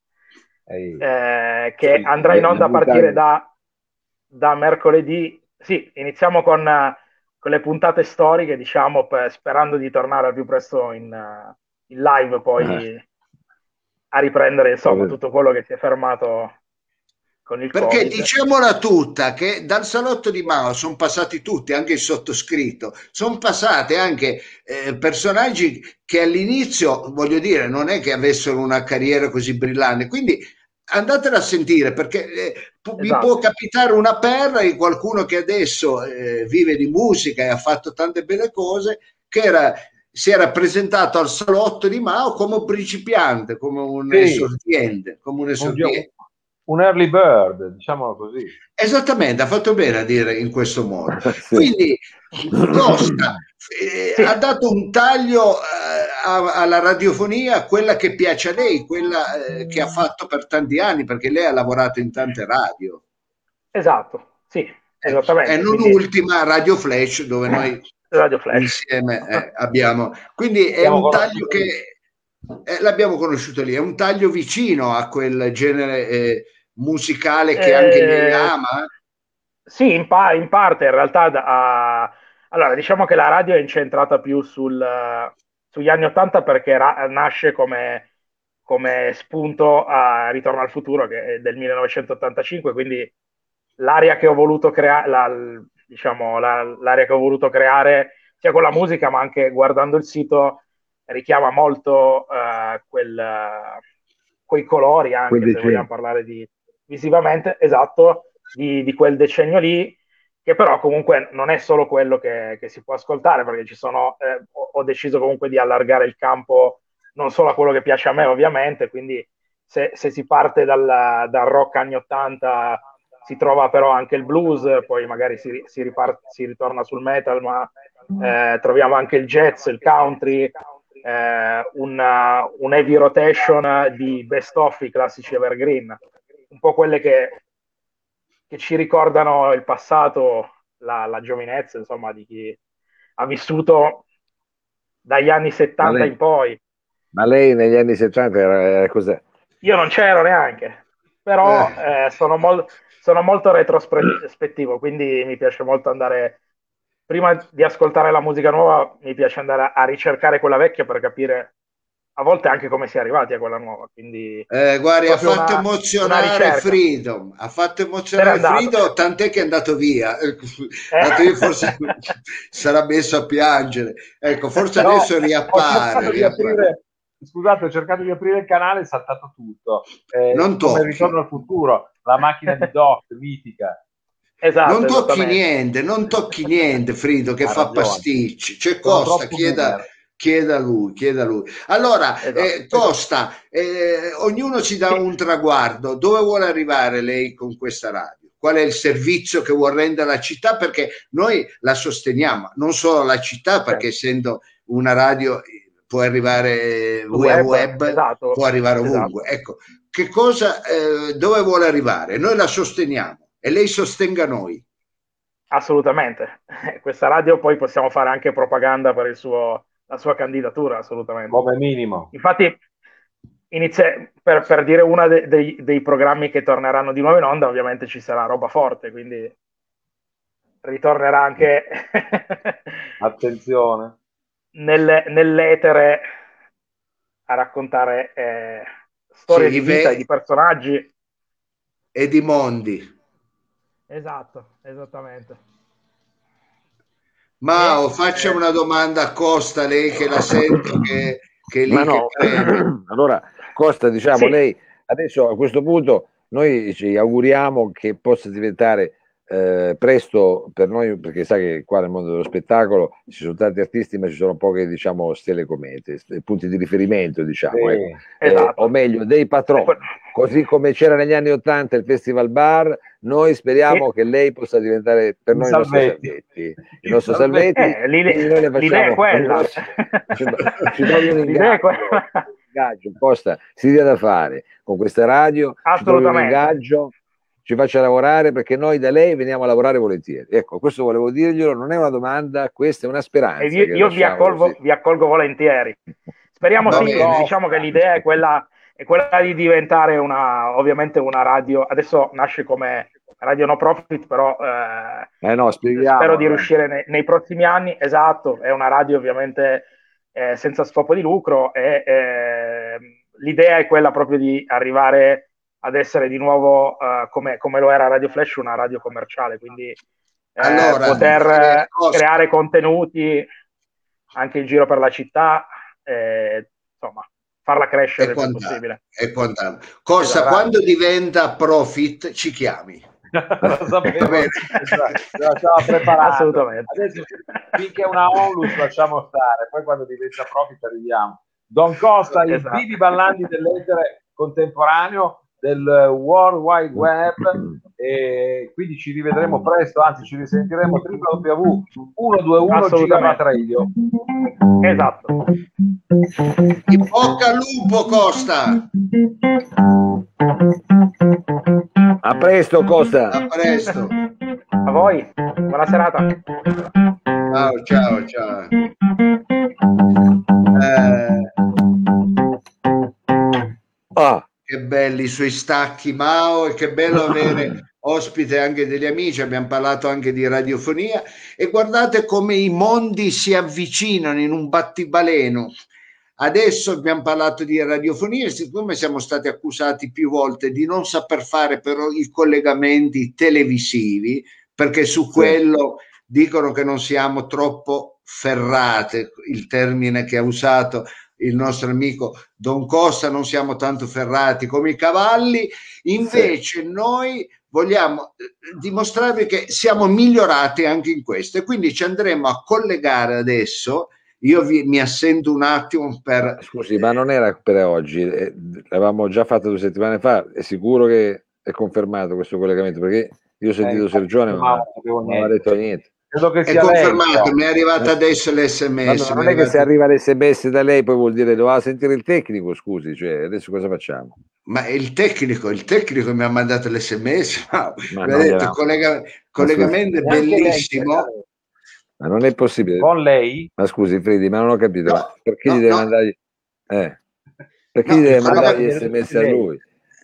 Ehi. eh, che Sì, andrà in La onda a partire buttavi. da, da mercoledì. Sì, iniziamo con, eh, con le puntate storiche, diciamo, per- sperando di tornare al più presto in, eh, in live, Eh, poi a riprendere, insomma, proprio- tutto quello che si è fermato con il Perché Covid. diciamola tutta che dal salotto di Mao sono passati tutti, anche il sottoscritto, sono passate anche eh, personaggi che all'inizio, voglio dire, non è che avessero una carriera così brillante, quindi andatela a sentire perché eh, pu- vi può Esatto, capitare una perla di qualcuno che adesso eh, vive di musica e ha fatto tante belle cose, che era, si era presentato al salotto di Mao come un principiante, come un Sì, esordiente, come un un, gio- esordiente. un early bird, diciamolo così. Esattamente, ha fatto bene a dire in questo modo. sì. Quindi Costa eh, sì, ha dato un taglio eh, a- alla radiofonia, quella che piace a lei, quella eh, che ha fatto per tanti anni, perché lei ha lavorato in tante radio. esatto, sì, Eh, e esattamente. non Quindi ultima Radio Flash, dove noi Radio Flash. insieme eh, abbiamo. Quindi è Abbiamo un taglio conosciuto lì. che eh, l'abbiamo conosciuto lì, è un taglio vicino a quel genere eh, musicale che anche lei Eh, ama. sì, in, pa- in parte in realtà da- a- allora diciamo che la radio è incentrata più sul, eh, sugli anni Ottanta perché ra- nasce come, come spunto a Ritorno al futuro che è del millenovecentottantacinque, quindi l'aria che ho voluto creare, la, diciamo, la- l'aria che ho voluto creare sia con la musica ma anche guardando il sito richiama molto eh, quel, eh, quei colori anche Quindi se sì. vogliamo parlare di visivamente, esatto, di, di quel decennio lì, che però comunque non è solo quello che, che si può ascoltare, perché ci sono, eh, ho, ho deciso comunque di allargare il campo non solo a quello che piace a me ovviamente, quindi se, se si parte dal, dal rock anni ottanta si trova però anche il blues, poi magari si, si, ripart- si ritorna sul metal, ma eh, troviamo anche il jazz, il country, eh, una, un heavy rotation di best of i classici evergreen, un po' quelle che, che ci ricordano il passato, la, la giovinezza, insomma, di chi ha vissuto dagli anni Ma settanta lei, in poi. ma lei negli anni settanta era, era cos'è? Io non c'ero neanche, però Eh. eh, sono, mol- sono molto retrospettivo, quindi mi piace molto andare, prima di ascoltare la musica nuova, mi piace andare a, a ricercare quella vecchia per capire a volte anche come si è arrivati a quella nuova, quindi Eh, è guardi, ha proprio fatto una, una emozionare ricerca. Freedom, ha fatto Se n'è emozionare andato. Freedom, tant'è che è andato via. È Eh. andato via, forse sarà messo a piangere. Ecco, forse No, adesso ho riappare, cercato di riappare. aprire, scusate, ho cercato di aprire il canale e è saltato tutto. Eh, Non come il tocchi, Ritorno al futuro, la macchina di Doc, mitica. non Esatto, tocchi esattamente. niente, non tocchi niente, Frido, che Ha fa ragione. pasticci. C'è Sono Costa, troppo chieda, boomer. chieda a lui, chieda a lui. Allora, Esatto. eh, Costa, eh, ognuno ci dà Sì. un traguardo. Dove vuole arrivare lei con questa radio? Qual è il servizio che vuole rendere alla città? Perché noi la sosteniamo, non solo la città, perché Certo. essendo una radio eh, può arrivare Sul via web, web, esatto. può arrivare Esatto. ovunque. Ecco, che cosa, eh, dove vuole arrivare? Noi la sosteniamo e lei sostenga noi. Assolutamente. Questa radio poi possiamo fare anche propaganda per il suo, la sua candidatura, assolutamente. Come minimo. Infatti, inizia, per, per dire uno de, de, dei programmi che torneranno di nuovo in onda, ovviamente ci sarà roba forte, quindi ritornerà anche attenzione nel, nell'etere a raccontare eh, storie Sì, di vita ve- e di personaggi. e di mondi. Esatto, esattamente. Mao, E, faccia eh, una domanda a Costa, lei che la sento che, che è lì Ma che no, preme. allora Costa, diciamo, sì, lei adesso a questo punto noi ci auguriamo che possa diventare eh, presto per noi, perché sa che qua nel mondo dello spettacolo ci sono tanti artisti, ma ci sono poche, diciamo, stelle comete, st- punti di riferimento, diciamo, ecco. sì. Eh, esatto. o meglio, dei patron. Così come c'era negli anni Ottanta il Festival Bar, noi speriamo Sì. che lei possa diventare per noi il nostro Salvetti. Salvetti, il nostro Salvetti, Eh, l'ide- quindi noi le l'idea è facciamo un quella. grosso- ci, ci trovi un L'idea è ingaggio, quella. un ingaggio, Costa, si dia da fare con questa radio, ci trovi un Assolutamente. ingaggio, ci faccia lavorare, perché noi da lei veniamo a lavorare volentieri. Ecco, questo volevo dirglielo, non è una domanda, questa è una speranza. E io, che io vi, lasciamo accolgo, così. vi accolgo volentieri. Speriamo Va sì, bene. diciamo che l'idea è quella, è quella di diventare una, ovviamente una radio, adesso nasce come radio no profit, però eh, Eh no, spieghiamo. spero di eh. riuscire nei, nei prossimi anni. Esatto, è una radio ovviamente eh, senza scopo di lucro e eh, l'idea è quella proprio di arrivare ad essere di nuovo eh, come, come lo era Radio Flash, una radio commerciale, quindi eh, Allora, poter eh, Costa. creare contenuti anche in giro per la città, eh, insomma, farla crescere E il più quant'altro. possibile. E quant'altro. Costa, Esatto. quando diventa profit ci chiami. Lo sapevo. Va bene. La stava preparando. Assolutamente. Adesso finché è una onlus lasciamo stare, poi quando diventa profit arriviamo. Don Costa, il Esatto. Bibi Ballandi dell'etere contemporaneo del World Wide Web, e quindi ci rivedremo presto, anzi ci risentiremo w w w punto centodventuno Gigawatt Radio. Esatto. In bocca al lupo, Costa. A presto, Costa. A presto. A voi, buona serata. Ciao, ciao, ciao. Eh, Ah, che belli i suoi stacchi, Mao, e che bello avere ospite anche degli amici. Abbiamo parlato anche di radiofonia e guardate come i mondi si avvicinano in un battibaleno. Adesso abbiamo parlato di radiofonia e siccome siamo stati accusati più volte di non saper fare però i collegamenti televisivi, perché su quello dicono che non siamo troppo ferrate, il termine che ha usato il nostro amico Don Costa, non siamo tanto ferrati come i cavalli, invece sì. Noi vogliamo dimostrarvi che siamo migliorati anche in questo e quindi ci andremo a collegare adesso. Io vi, mi assento un attimo per... Scusi, ma non era per oggi, eh, l'avevamo già fatto due settimane fa, è sicuro che è confermato questo collegamento? Perché io ho sentito eh, Sergione ma non mi ha detto niente. Credo che è sia confermato, lei, mi è arrivata adesso l'esse emme esse. Allora, non è che se arriva l'esse emme esse da lei poi vuol dire doveva sentire il tecnico, scusi, cioè adesso cosa facciamo? Ma il tecnico, il tecnico mi ha mandato l'esse emme esse, ma ma mi ha detto collega, collegamento bellissimo. Ma non è possibile. Con lei? Ma scusi, Fredi, ma non ho capito, No, ma perché no, gli deve no. mandare eh. Perché No, gli deve il mandare collega- gli esse emme esse a lui?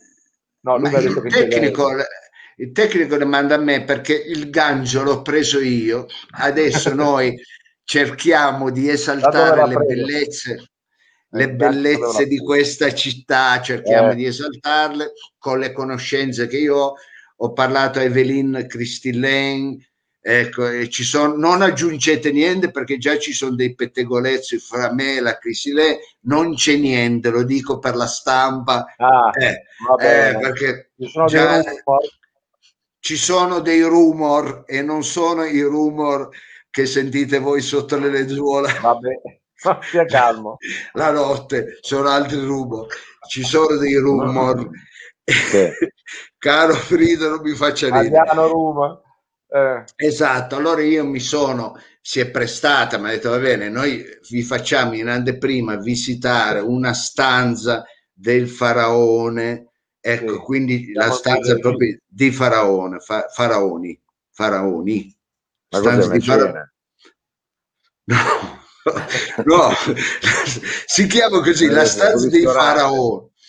No, lui Ma mi ha detto il che tecnico, il tecnico le manda a me perché il gancio l'ho preso io. Adesso noi cerchiamo di Da esaltare dove l'ha le preso? bellezze, le Il gancio dove l'ha bellezze di preso? questa città, cerchiamo Eh. di esaltarle con le conoscenze che io ho. Ho parlato a Evelyn Cristillen, ecco, e ci sono, non aggiungete niente perché già ci sono dei pettegolezzi fra me e la Cristillen, non c'è niente, lo dico per la stampa, Ah, eh, va bene. eh, perché Ci sono già dei rumor. ci sono dei rumor e non sono i rumor che sentite voi sotto le lenzuola. Vabbè, stia calmo. La notte, sono altri rumor. Ci sono dei rumor. Sì. Caro Frido, non mi faccia ridere. Adriano rumor. Eh. Esatto, allora io mi sono, si è prestata, mi ha detto va bene, noi vi facciamo in anteprima visitare una stanza del faraone, ecco, Sì, quindi la siamo stanza qui. proprio di faraone, fa, faraoni, faraoni. Ma cos'è, Stanza una di faraoni. cena? No, no, si chiama così, la stanza dei faraoni.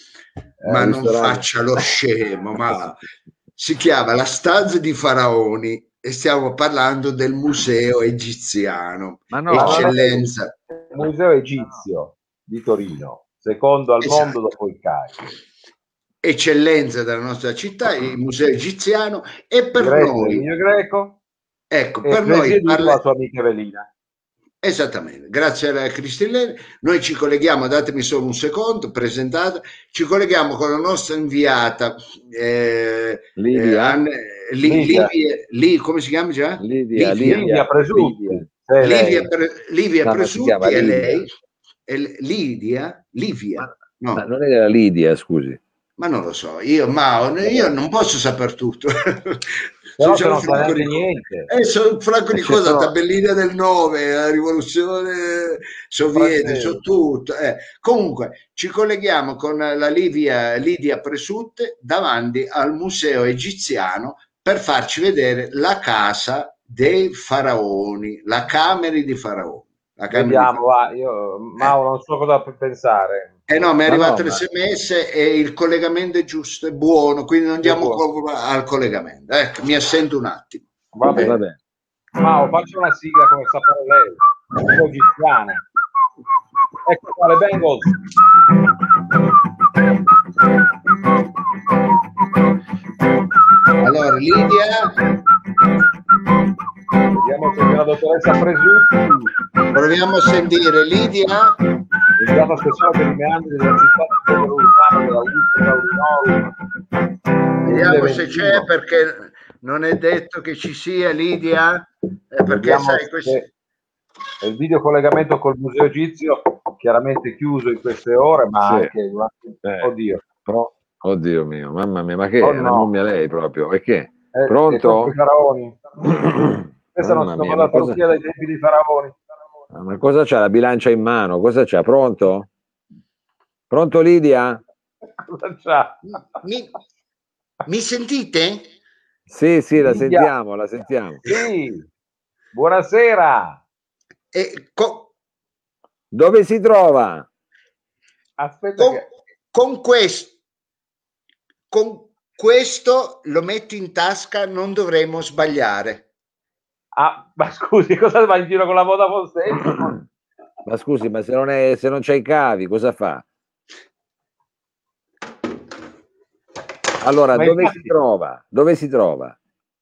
ma non faccia lo scemo, ma si chiama La stanza di Faraoni e stiamo parlando del museo egiziano. Ma no, eccellenza. Il museo egizio di Torino, secondo al Esatto. mondo dopo il Cairo. Eccellenza della nostra città, il museo egiziano, e per Diretto noi, del greco, ecco, e per noi parla... parla... la sua amica Evelina. Esattamente, grazie a Cristina. Noi ci colleghiamo, datemi solo un secondo, presentata, ci colleghiamo con la nostra inviata eh, Lidia. eh, Anne, li, Lidia. Livia, li, come si chiama già? Lidia, Livia, Livia Presutti. Livia, Livia, Pre, Livia no, Presutti e lei, e Lidia, Livia, ma, no. ma non era Lidia, scusi. Ma non lo so, io, ma io non posso saper tutto. Però C'è se un non sa franco neanche di niente. eh, sono un franco di C'è cosa, solo... la tabellina del nove, la rivoluzione sovietica, su tutto. Eh. Comunque ci colleghiamo con la Livia, Lidia Presutte davanti al museo egiziano per farci vedere la casa dei faraoni, la camera di faraoni. La Vediamo, va, io Mauro eh. non so cosa pensare. Eh no, mi è ma arrivato no, l'esse emme esse e il collegamento è giusto, è buono, quindi non andiamo buono. al collegamento. Ecco, mi assento un attimo. Va bene. Va bene. Mao, faccio una sigla come sa fare lei, egiziana. Ecco qua le Bengals. Allora, Lidia. Vediamo se c'è la dottoressa Presutti. Proviamo a sentire Lidia. Inviata speciale per i meandri della città di Urbano dell'Augusto Taurinorum. Vediamo se c'è, perché non è detto che ci sia Lidia, eh, perché sai questo... il video collegamento col museo egizio chiaramente chiuso in queste ore, ma sì. anche eh, oddio, però, oddio mio, mamma mia, ma che oh, è una no. mummia lei proprio? E che? Eh, Pronto? I faraoni. Questa non si chiama la parrucchia dai tempi dei faraoni. Ma cosa c'ha? La bilancia in mano? Cosa c'ha? Pronto? Pronto Lidia? Cosa c'ha? Mi, mi sentite? Sì, sì, la Lidia. sentiamo, la sentiamo. Sì. Buonasera. E co- Dove si trova? Aspetta con, che... con questo con questo lo metto in tasca, non dovremo sbagliare. Ah, ma scusi, cosa va in giro con la Vodafone Station? Ma scusi, ma se non è, se non c'è i cavi, cosa fa? Allora, ma dove infatti... si trova? Dove si trova?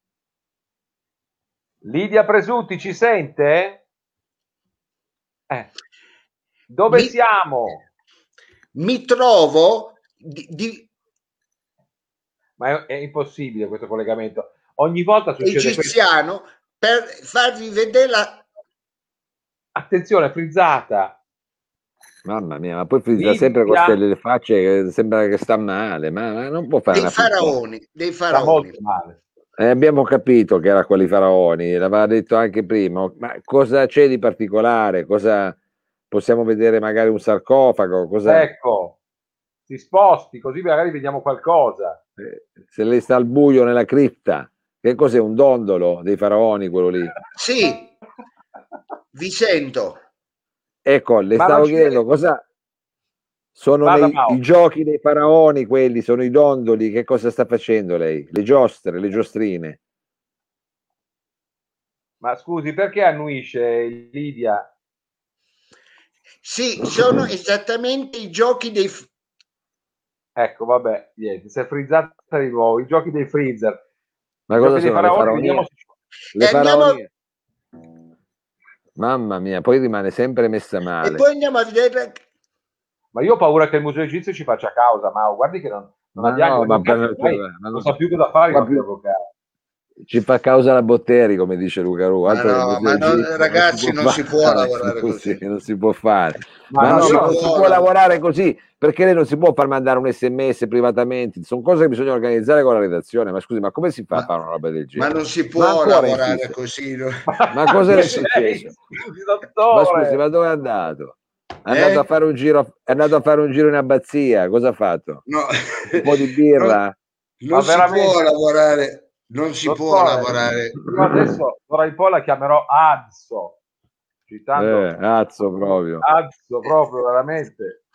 Lidia Presutti, ci sente? Eh. Dove mi... siamo? Mi trovo di, di... Ma è, è impossibile questo collegamento. Ogni volta succede egiziano questo. Per farvi vedere la... Attenzione, frizzata. Mamma mia, ma poi frizza Lidia. Sempre con queste facce, sembra che sta male, ma, ma non può fare dei una faraoni, frizzata. dei faraoni. Sta molto male. Eh, abbiamo capito che era quelli faraoni, l'aveva detto anche prima, ma cosa c'è di particolare? Cosa possiamo vedere? Magari un sarcofago? Cosa... Ecco, si sposti così magari vediamo qualcosa. Eh, se lei sta al buio nella cripta, che cos'è? Un dondolo dei faraoni quello lì? Sì, vi sento. Ecco, le ma stavo chiedendo è... cosa sono nei, i giochi dei faraoni, quelli sono i dondoli, che cosa sta facendo lei? Le giostre, le giostrine. Ma scusi, perché annuisce Lidia? Sì, sono esattamente i giochi dei... Ecco, vabbè, niente, si è frizzata di nuovo, i giochi dei freezer. Ma cosa sono faraoni, le faraonie? Se... Le faraonie. Andiamo... Mamma mia, poi rimane sempre messa male. E poi andiamo a vedere... Ma io ho paura che il museo egizio ci faccia causa, ma guardi che non, non abbiamo, no, ma non, mai, non, non sa più cosa fare i nostri avvocati. Ci fa causa la Botteri, come dice Luca Ru. Ma no, ma non, ragazzi, non si può, non si può lavorare così. Non si può fare. Ma, ma non, no, si, ma può, non si può lavorare così, perché lei non si può far mandare un sms privatamente. Sono cose che bisogna organizzare con la redazione. Ma scusi, ma come si fa ma, a fare una roba del genere? Ma non si può lavorare insiste. così. No? Ma cosa è successo? Ma scusi, ma dove è andato? È andato, eh? a fare un giro, è andato a fare un giro in abbazia. Cosa ha fatto? No. Un po' di birra? Non, non si può lavorare. Non si può so, lavorare. Io adesso ora in poi la chiamerò Azzo. Citando eh, Azzo proprio. Azzo proprio, veramente.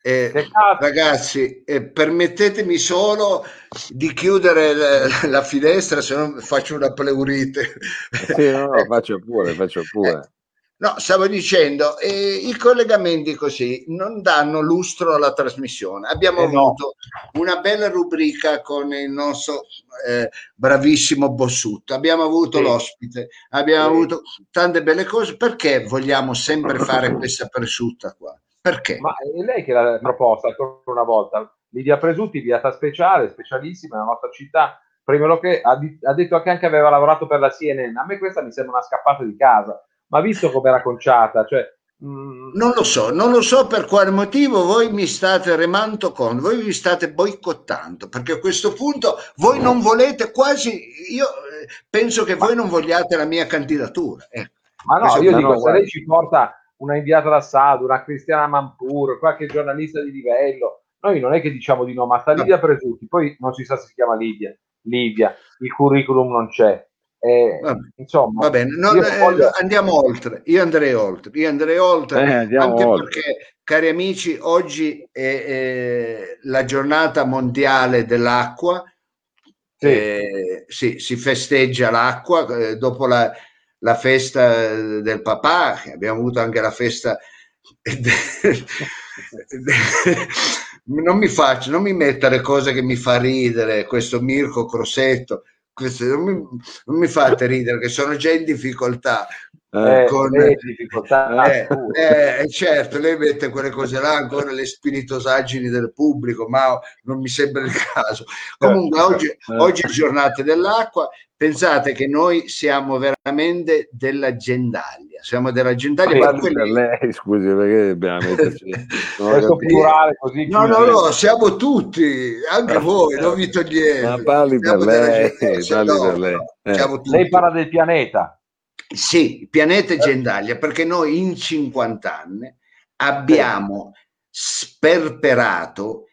Eh, ragazzi, eh, permettetemi solo di chiudere la, la finestra, se no faccio una pleurite. Sì, no, no, faccio pure, faccio pure. Eh, no, stavo dicendo, eh, i collegamenti così non danno lustro alla trasmissione. Abbiamo Eh avuto no. una bella rubrica con il nostro eh, bravissimo Bossutto, abbiamo avuto Sì. l'ospite, abbiamo Sì. avuto tante belle cose. Perché vogliamo sempre fare questa presutta qua? Perché? Ma è lei che l'ha proposta ancora una volta. Lidia Presutti, inviata speciale, specialissima nella nostra città. Primero che ha, di- ha detto che anche aveva lavorato per la C N N. A me questa mi sembra una scappata di casa. Ma visto come era conciata, cioè... mh, Non lo so, non lo so per quale motivo voi mi state remando con, voi vi state boicottando, perché a questo punto voi non volete quasi, io eh, penso che voi non vogliate la mia candidatura. Eh, Ma no, questo- io Ma dico, no, se guarda. lei ci porta una inviata da Sado, una Cristiana Manpur, qualche giornalista di livello, noi non è che diciamo di no, ma sta Lidia Presutti, poi non si sa se si chiama Lidia, Livia, il curriculum non c'è. Eh, Va bene, insomma, va bene. No, io eh, voglio... andiamo oltre, io andrei oltre, io andrei oltre, Eh, andiamo anche oltre. perché, cari amici, oggi è, è la giornata mondiale dell'acqua. Sì. Eh, sì, si festeggia l'acqua eh, dopo la, la festa del papà, abbiamo avuto anche la festa non mi faccio, non mi metta le cose che mi fa ridere, questo Mirko Crosetto, questo, non, mi, non mi fate ridere, che sono già in difficoltà. Eh, Con, eh, difficoltà eh, eh, certo, lei mette quelle cose là, ancora le spiritosaggini del pubblico, ma non mi sembra il caso. Comunque oggi, oggi è giornata dell'acqua, pensate che noi siamo veramente della Gentaglia, siamo della Gentaglia. Ma Per parli quelli... per lei, scusi, perché dobbiamo metterci? Non ho questo capito. plurale così No, no, inclusivo. no, siamo tutti, anche voi, non vi togliete. Ma parli per Siamo della lei, Gentaglia, se parli no, per lei. no, Eh. siamo tutti. Lei parla del pianeta. Sì, il pianeta Gentaglia, perché noi in cinquanta anni abbiamo sperperato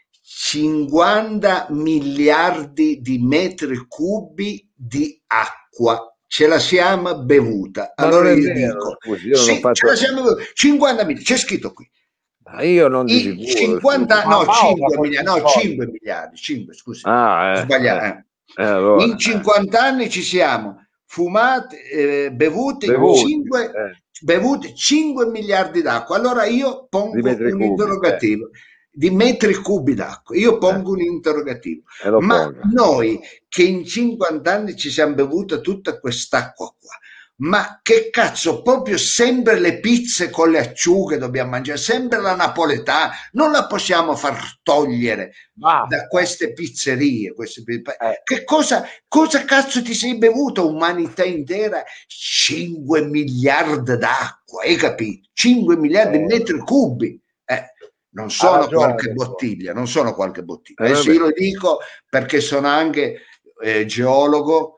cinquanta miliardi di metri cubi di acqua. Ce la siamo bevuta. Ma Allora non è io vero, dico, scusi, io non sì, ho fatto... ce la siamo bevuta. cinquanta miliardi, c'è scritto qui. Ma io non di I sicuro. cinquanta, scusi. no, Ma Mao cinque da miliardi, no, qualche cinque miliardi, cinque, scusi, Ah, ho eh, sbagliato. eh. eh. Eh, allora, In cinquanta anni ci siamo fumati, eh, bevuti, Bevuti, cinque, eh. bevuti cinque miliardi d'acqua. Allora io Di pongo metri un cubi, interrogativo di metri cubi d'acqua. Io pongo un interrogativo. E lo Ma ponga. noi che in cinquanta anni ci siamo bevuta tutta quest'acqua qua, ma che cazzo, proprio sempre le pizze con le acciughe dobbiamo mangiare, sempre la napoletana, non la possiamo far togliere Basta. da queste pizzerie. Queste pizzerie. Eh. Che cosa, cosa cazzo ti sei bevuto, umanità intera? cinque miliardi d'acqua, hai capito? cinque miliardi di Eh. metri cubi. Eh, non sono ragione, qualche dottore. bottiglia, non sono qualche bottiglia. Eh, Adesso vabbè. io lo dico perché sono anche eh, geologo,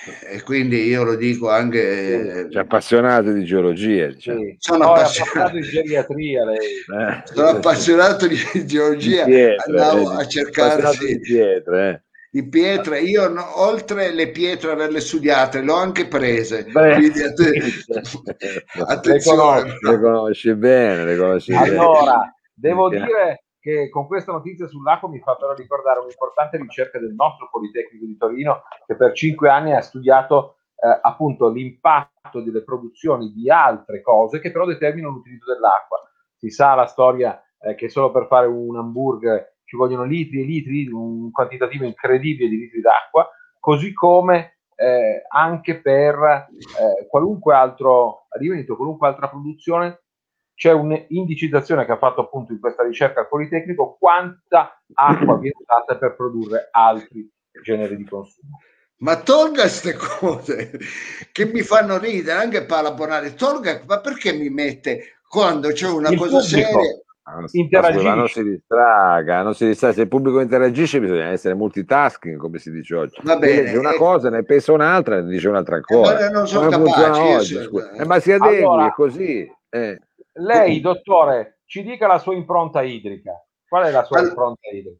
e quindi io lo dico anche, Ci appassionato di geologia, diciamo. Sì. sono No, è appassionato. appassionato di geriatria lei. Eh, sono appassionato di geologia, di pietre, andavo eh, a di- cercare appassionato sì, di pietre, eh. di pietre. Io no, oltre le pietre averle studiate, le ho anche prese. Beh, Quindi att- sì, certo. attenzione. Le conosci bene, le conosci Allora, devo bene. dire che con questa notizia sull'acqua mi fa però ricordare un'importante ricerca del nostro Politecnico di Torino, che per cinque anni ha studiato eh, appunto l'impatto delle produzioni di altre cose che però determinano l'utilizzo dell'acqua. Si sa la storia eh, che solo per fare un hamburger ci vogliono litri e litri, un quantitativo incredibile di litri d'acqua, così come eh, anche per eh, qualunque altro alimento, qualunque altra produzione. C'è un'indicizzazione che ha fatto appunto in questa ricerca al Politecnico quanta acqua viene usata per produrre altri generi di consumo. Ma tolga queste cose che mi fanno ridere, anche Paola Bonari, tolga, ma perché mi mette quando c'è una Il cosa pubblico seria? Ma non, interagisce. ma non si distraga, non si distraga. Se il pubblico interagisce bisogna essere multitasking, come si dice oggi. Va bene, legge una ecco. cosa, ne pensa un'altra, ne dice un'altra Eh, ma ancora. non sono Come funziona capace, io oggi? so- scusa. Eh, ma si adegui, Allora- è così. Eh. Lei, dottore, ci dica la sua impronta idrica. Qual è la sua All- impronta idrica?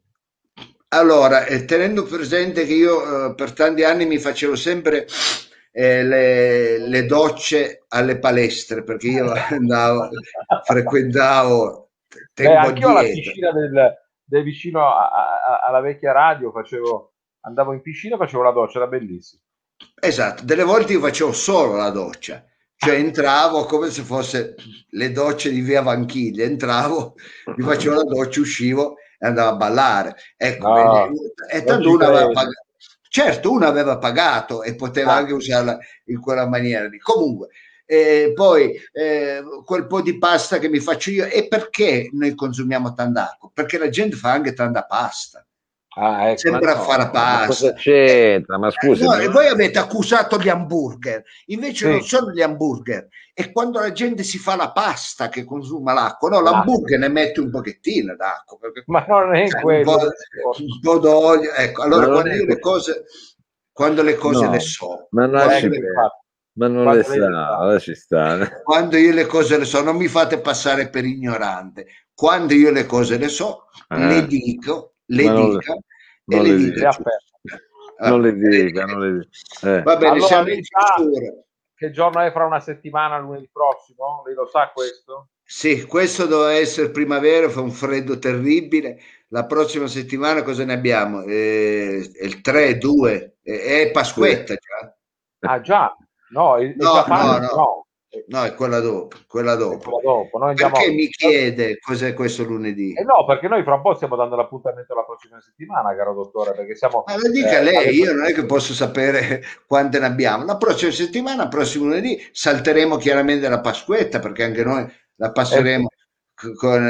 Allora, eh, tenendo presente che io eh, per tanti anni mi facevo sempre eh, le, le docce alle palestre, perché io andavo, frequentavo Beh, anch'io alla piscina del, del vicino a, a, alla vecchia radio facevo, andavo in piscina, facevo la doccia, era bellissimo. Esatto, delle volte io facevo solo la doccia, cioè entravo come se fosse le docce di via Vanchiglia, entravo, mi facevo la doccia, uscivo e andavo a ballare. Ecco, No, vedi, e tanto uno aveva pagato, certo, uno aveva pagato e poteva Ah. anche usarla in quella maniera lì. Comunque, eh, poi eh, quel po' di pasta che mi faccio io, e perché noi consumiamo tanta acqua? Perché la gente fa anche tanta pasta. Ah, ecco. Sembra no, fare ma pasta. cosa c'entra? Ma scusi, no, ma... e voi avete accusato gli hamburger, invece Sì. non sono gli hamburger, è quando la gente si fa la pasta che consuma l'acqua. No, l'hamburger ne mette un pochettino d'acqua, perché, ma non è cioè, quello. un, po', un po' d'olio. Ecco, allora Ma non quando è io le que- cose, quando le cose No, le so, ma non quando ci le- infatti. Ma non Quando le lei le sa, sa. lasci stare. quando io le cose le so, non mi fate passare per ignorante. Quando io le cose le so, le Eh, dico, le ma non le- dica e non le le dico Le dica. giusto. Non le Ah, dica, non le dica. Eh. Va bene, Allora, siamo in lei sa chiusura. che giorno è fra una settimana, lunedì prossimo? Lei lo sa questo? Sì, questo doveva essere primavera, fa un freddo terribile. La prossima settimana cosa ne abbiamo? Eh, è il tre, due, è, è Pasquetta già. Ah già, no, è, è No, già no, Pasqua, no, no, è, no, è quella dopo, quella è dopo. quella dopo. Noi Perché andiamo... mi chiede cos'è questo lunedì? Eh no, perché noi fra un po' stiamo dando l'appuntamento la prossima settimana, caro dottore, perché siamo... Ma lo dica eh, alle- lei, io non è che posso sapere quante ne abbiamo. La prossima settimana, prossimo lunedì, salteremo chiaramente la Pasquetta perché anche noi la eh sì. passeremo c- con...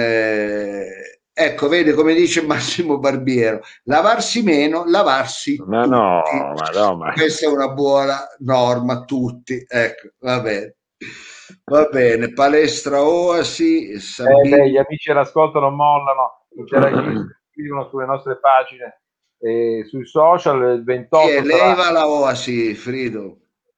eh, Ecco, vedi come dice Massimo Barbiero, lavarsi meno, lavarsi Ma tutti. no, ma no, ma... Questa è una buona norma, tutti. Ecco, va bene. Va bene, palestra Oasi, Eh Sabino. beh, gli amici all'ascolto non mollano, interagiscono, scrivono sulle nostre pagine e sui social. Il Chi è? ventotto sarà... Lei va alla Oasi, Frido.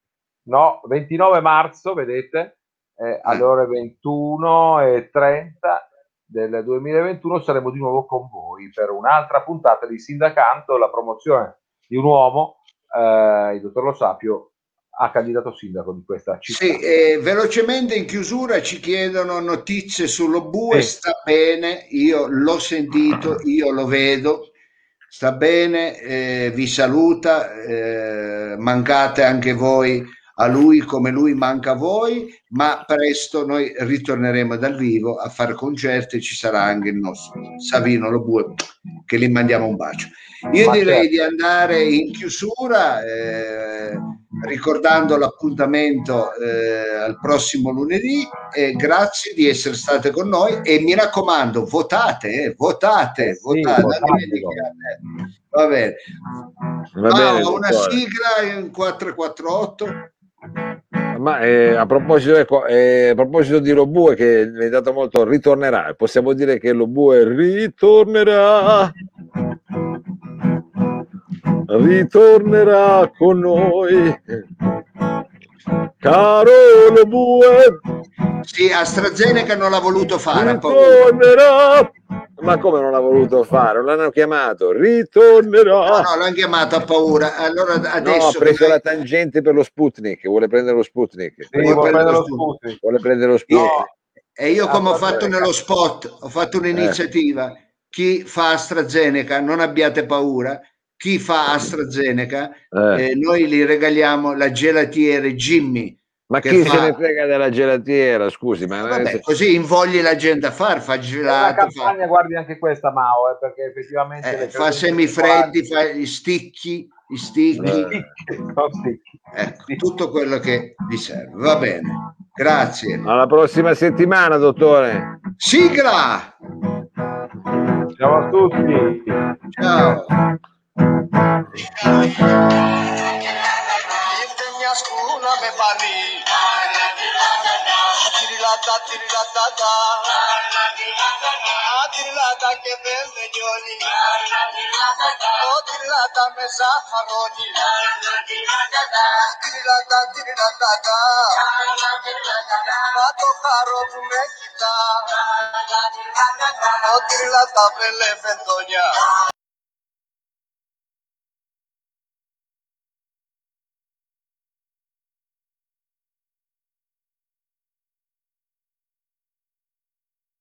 No, ventinove marzo, vedete, eh, alle Eh. ore ventuno e trenta del duemilaventuno saremo di nuovo con voi per un'altra puntata di Sindacanto, la promozione di un uomo, eh, il dottor Lo Sapio, ha candidato sindaco di questa città. Sì, eh, velocemente in chiusura ci chiedono notizie sullo Bue, Sì. sta bene, io l'ho sentito, io lo vedo, sta bene, eh, vi saluta, eh, mancate anche voi a lui come lui manca a voi, ma presto noi ritorneremo dal vivo a fare concerti e ci sarà anche il nostro Savino Lo Bue, che gli mandiamo un bacio. Io Ma direi certo. di andare in chiusura eh, ricordando l'appuntamento eh, al prossimo lunedì e grazie di essere state con noi e mi raccomando votate, eh, votate, Eh sì, votate, non votatelo. dimenticate. Va bene. Va bene, No, una dottore. sigla in quattrocentoquarantotto. Ma eh, a proposito, ecco, eh, a proposito di Lo Bue che è diventato molto ritornerà, possiamo dire che Lo Bue ritornerà, ritornerà con noi, caro Lo Bue, Sì, AstraZeneca non l'ha voluto fare, ha paura. ritornerà. Ma come non l'ha voluto fare? Non l'hanno chiamato, No, ritornerà. no, l'hanno chiamato a paura. Allora No, ha adesso preso che la tangente per lo Sputnik, vuole prendere lo Sputnik. Sì, vuoi vuoi prendere prendere lo lo spunto? Sputnik? Vuole prendere lo E, Sputnik. No, e io come ho fatto AstraZeneca. nello spot, ho fatto un'iniziativa. Chi fa AstraZeneca, non abbiate paura. Chi fa AstraZeneca, Eh. eh, noi gli regaliamo la gelatiere Jimmy. Ma che chi fa... se ne frega della gelatiera, scusi, ma Vabbè, così invogli la gente a fare, fa È una gelato, fa, campagna, guardi anche questa, Mao, eh, perché effettivamente eh, le fa credenze semifreddi, fa gli sticchi, gli sticchi, scolastiche- no, sì. ecco, Sì. tutto quello che vi serve. Va bene, grazie. alla prossima settimana, dottore. Sigla! Ciao a tutti. Ciao!